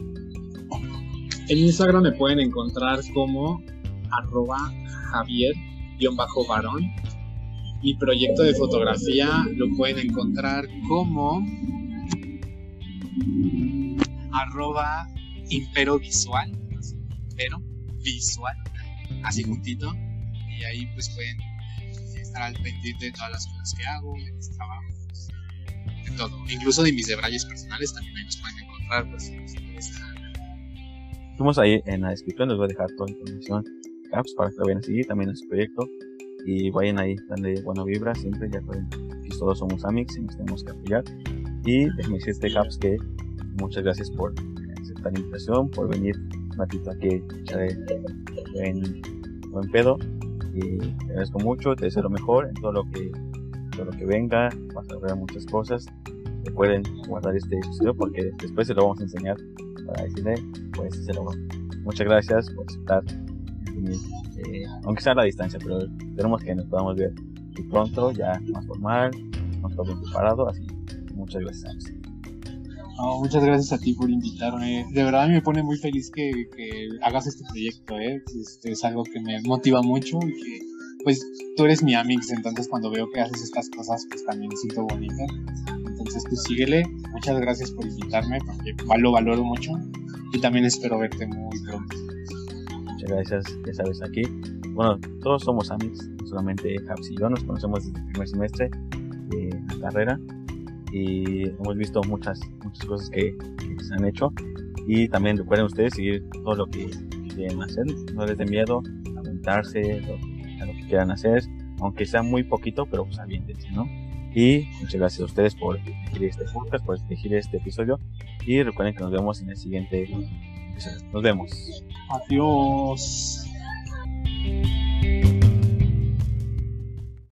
En Instagram me pueden encontrar como arroba Javier-varón. Mi proyecto de fotografía lo pueden encontrar como arroba impero visual, impero visual, así juntito. Y ahí pues pueden estar al pendiente de todas las cosas que hago, de mis trabajos, de todo. Incluso de mis debrayes personales también ahí los pueden encontrar, pues si les interesa. Estamos ahí en la descripción, les voy a dejar toda la información Habs para que lo vayan a seguir también en su proyecto y vayan ahí, danle buena vibra siempre, ya saben que todos somos amigos y nos tenemos que apoyar. Y déjame decirte Habs que muchas gracias por aceptar la invitación, por venir un ratito aquí a echar en buen pedo, y te agradezco mucho, te deseo lo mejor en todo lo que todo lo que venga, vas a lograr muchas cosas. Recuerden guardar este episodio porque después se lo vamos a enseñar para decirle, pues se lo muchas gracias por aceptar, eh, aunque sea a la distancia, pero esperemos que nos podamos ver muy pronto, ya más formal, más bien preparado, así que muchas gracias. Oh, muchas gracias a ti por invitarme. De verdad me pone muy feliz que, que hagas este proyecto, ¿eh? Este es algo que me motiva mucho y que, pues, tú eres mi amix, entonces cuando veo que haces estas cosas, pues también me siento bonito. Entonces, pues síguele. Muchas gracias por invitarme, porque lo valoro mucho y también espero verte muy pronto. Muchas gracias, ya sabes, aquí, bueno, todos somos amix, no solamente Habs y yo, nos conocemos desde el primer semestre de la carrera. Y hemos visto muchas muchas cosas que, que se han hecho, y también recuerden ustedes seguir todo lo que quieren hacer, no les dé miedo aventarse a lo que quieran hacer, aunque sea muy poquito, pero pues aviéntense, ¿no? Y muchas gracias a ustedes por elegir este podcast, por elegir este episodio, y recuerden que nos vemos en el siguiente episodio. Nos vemos. Adiós.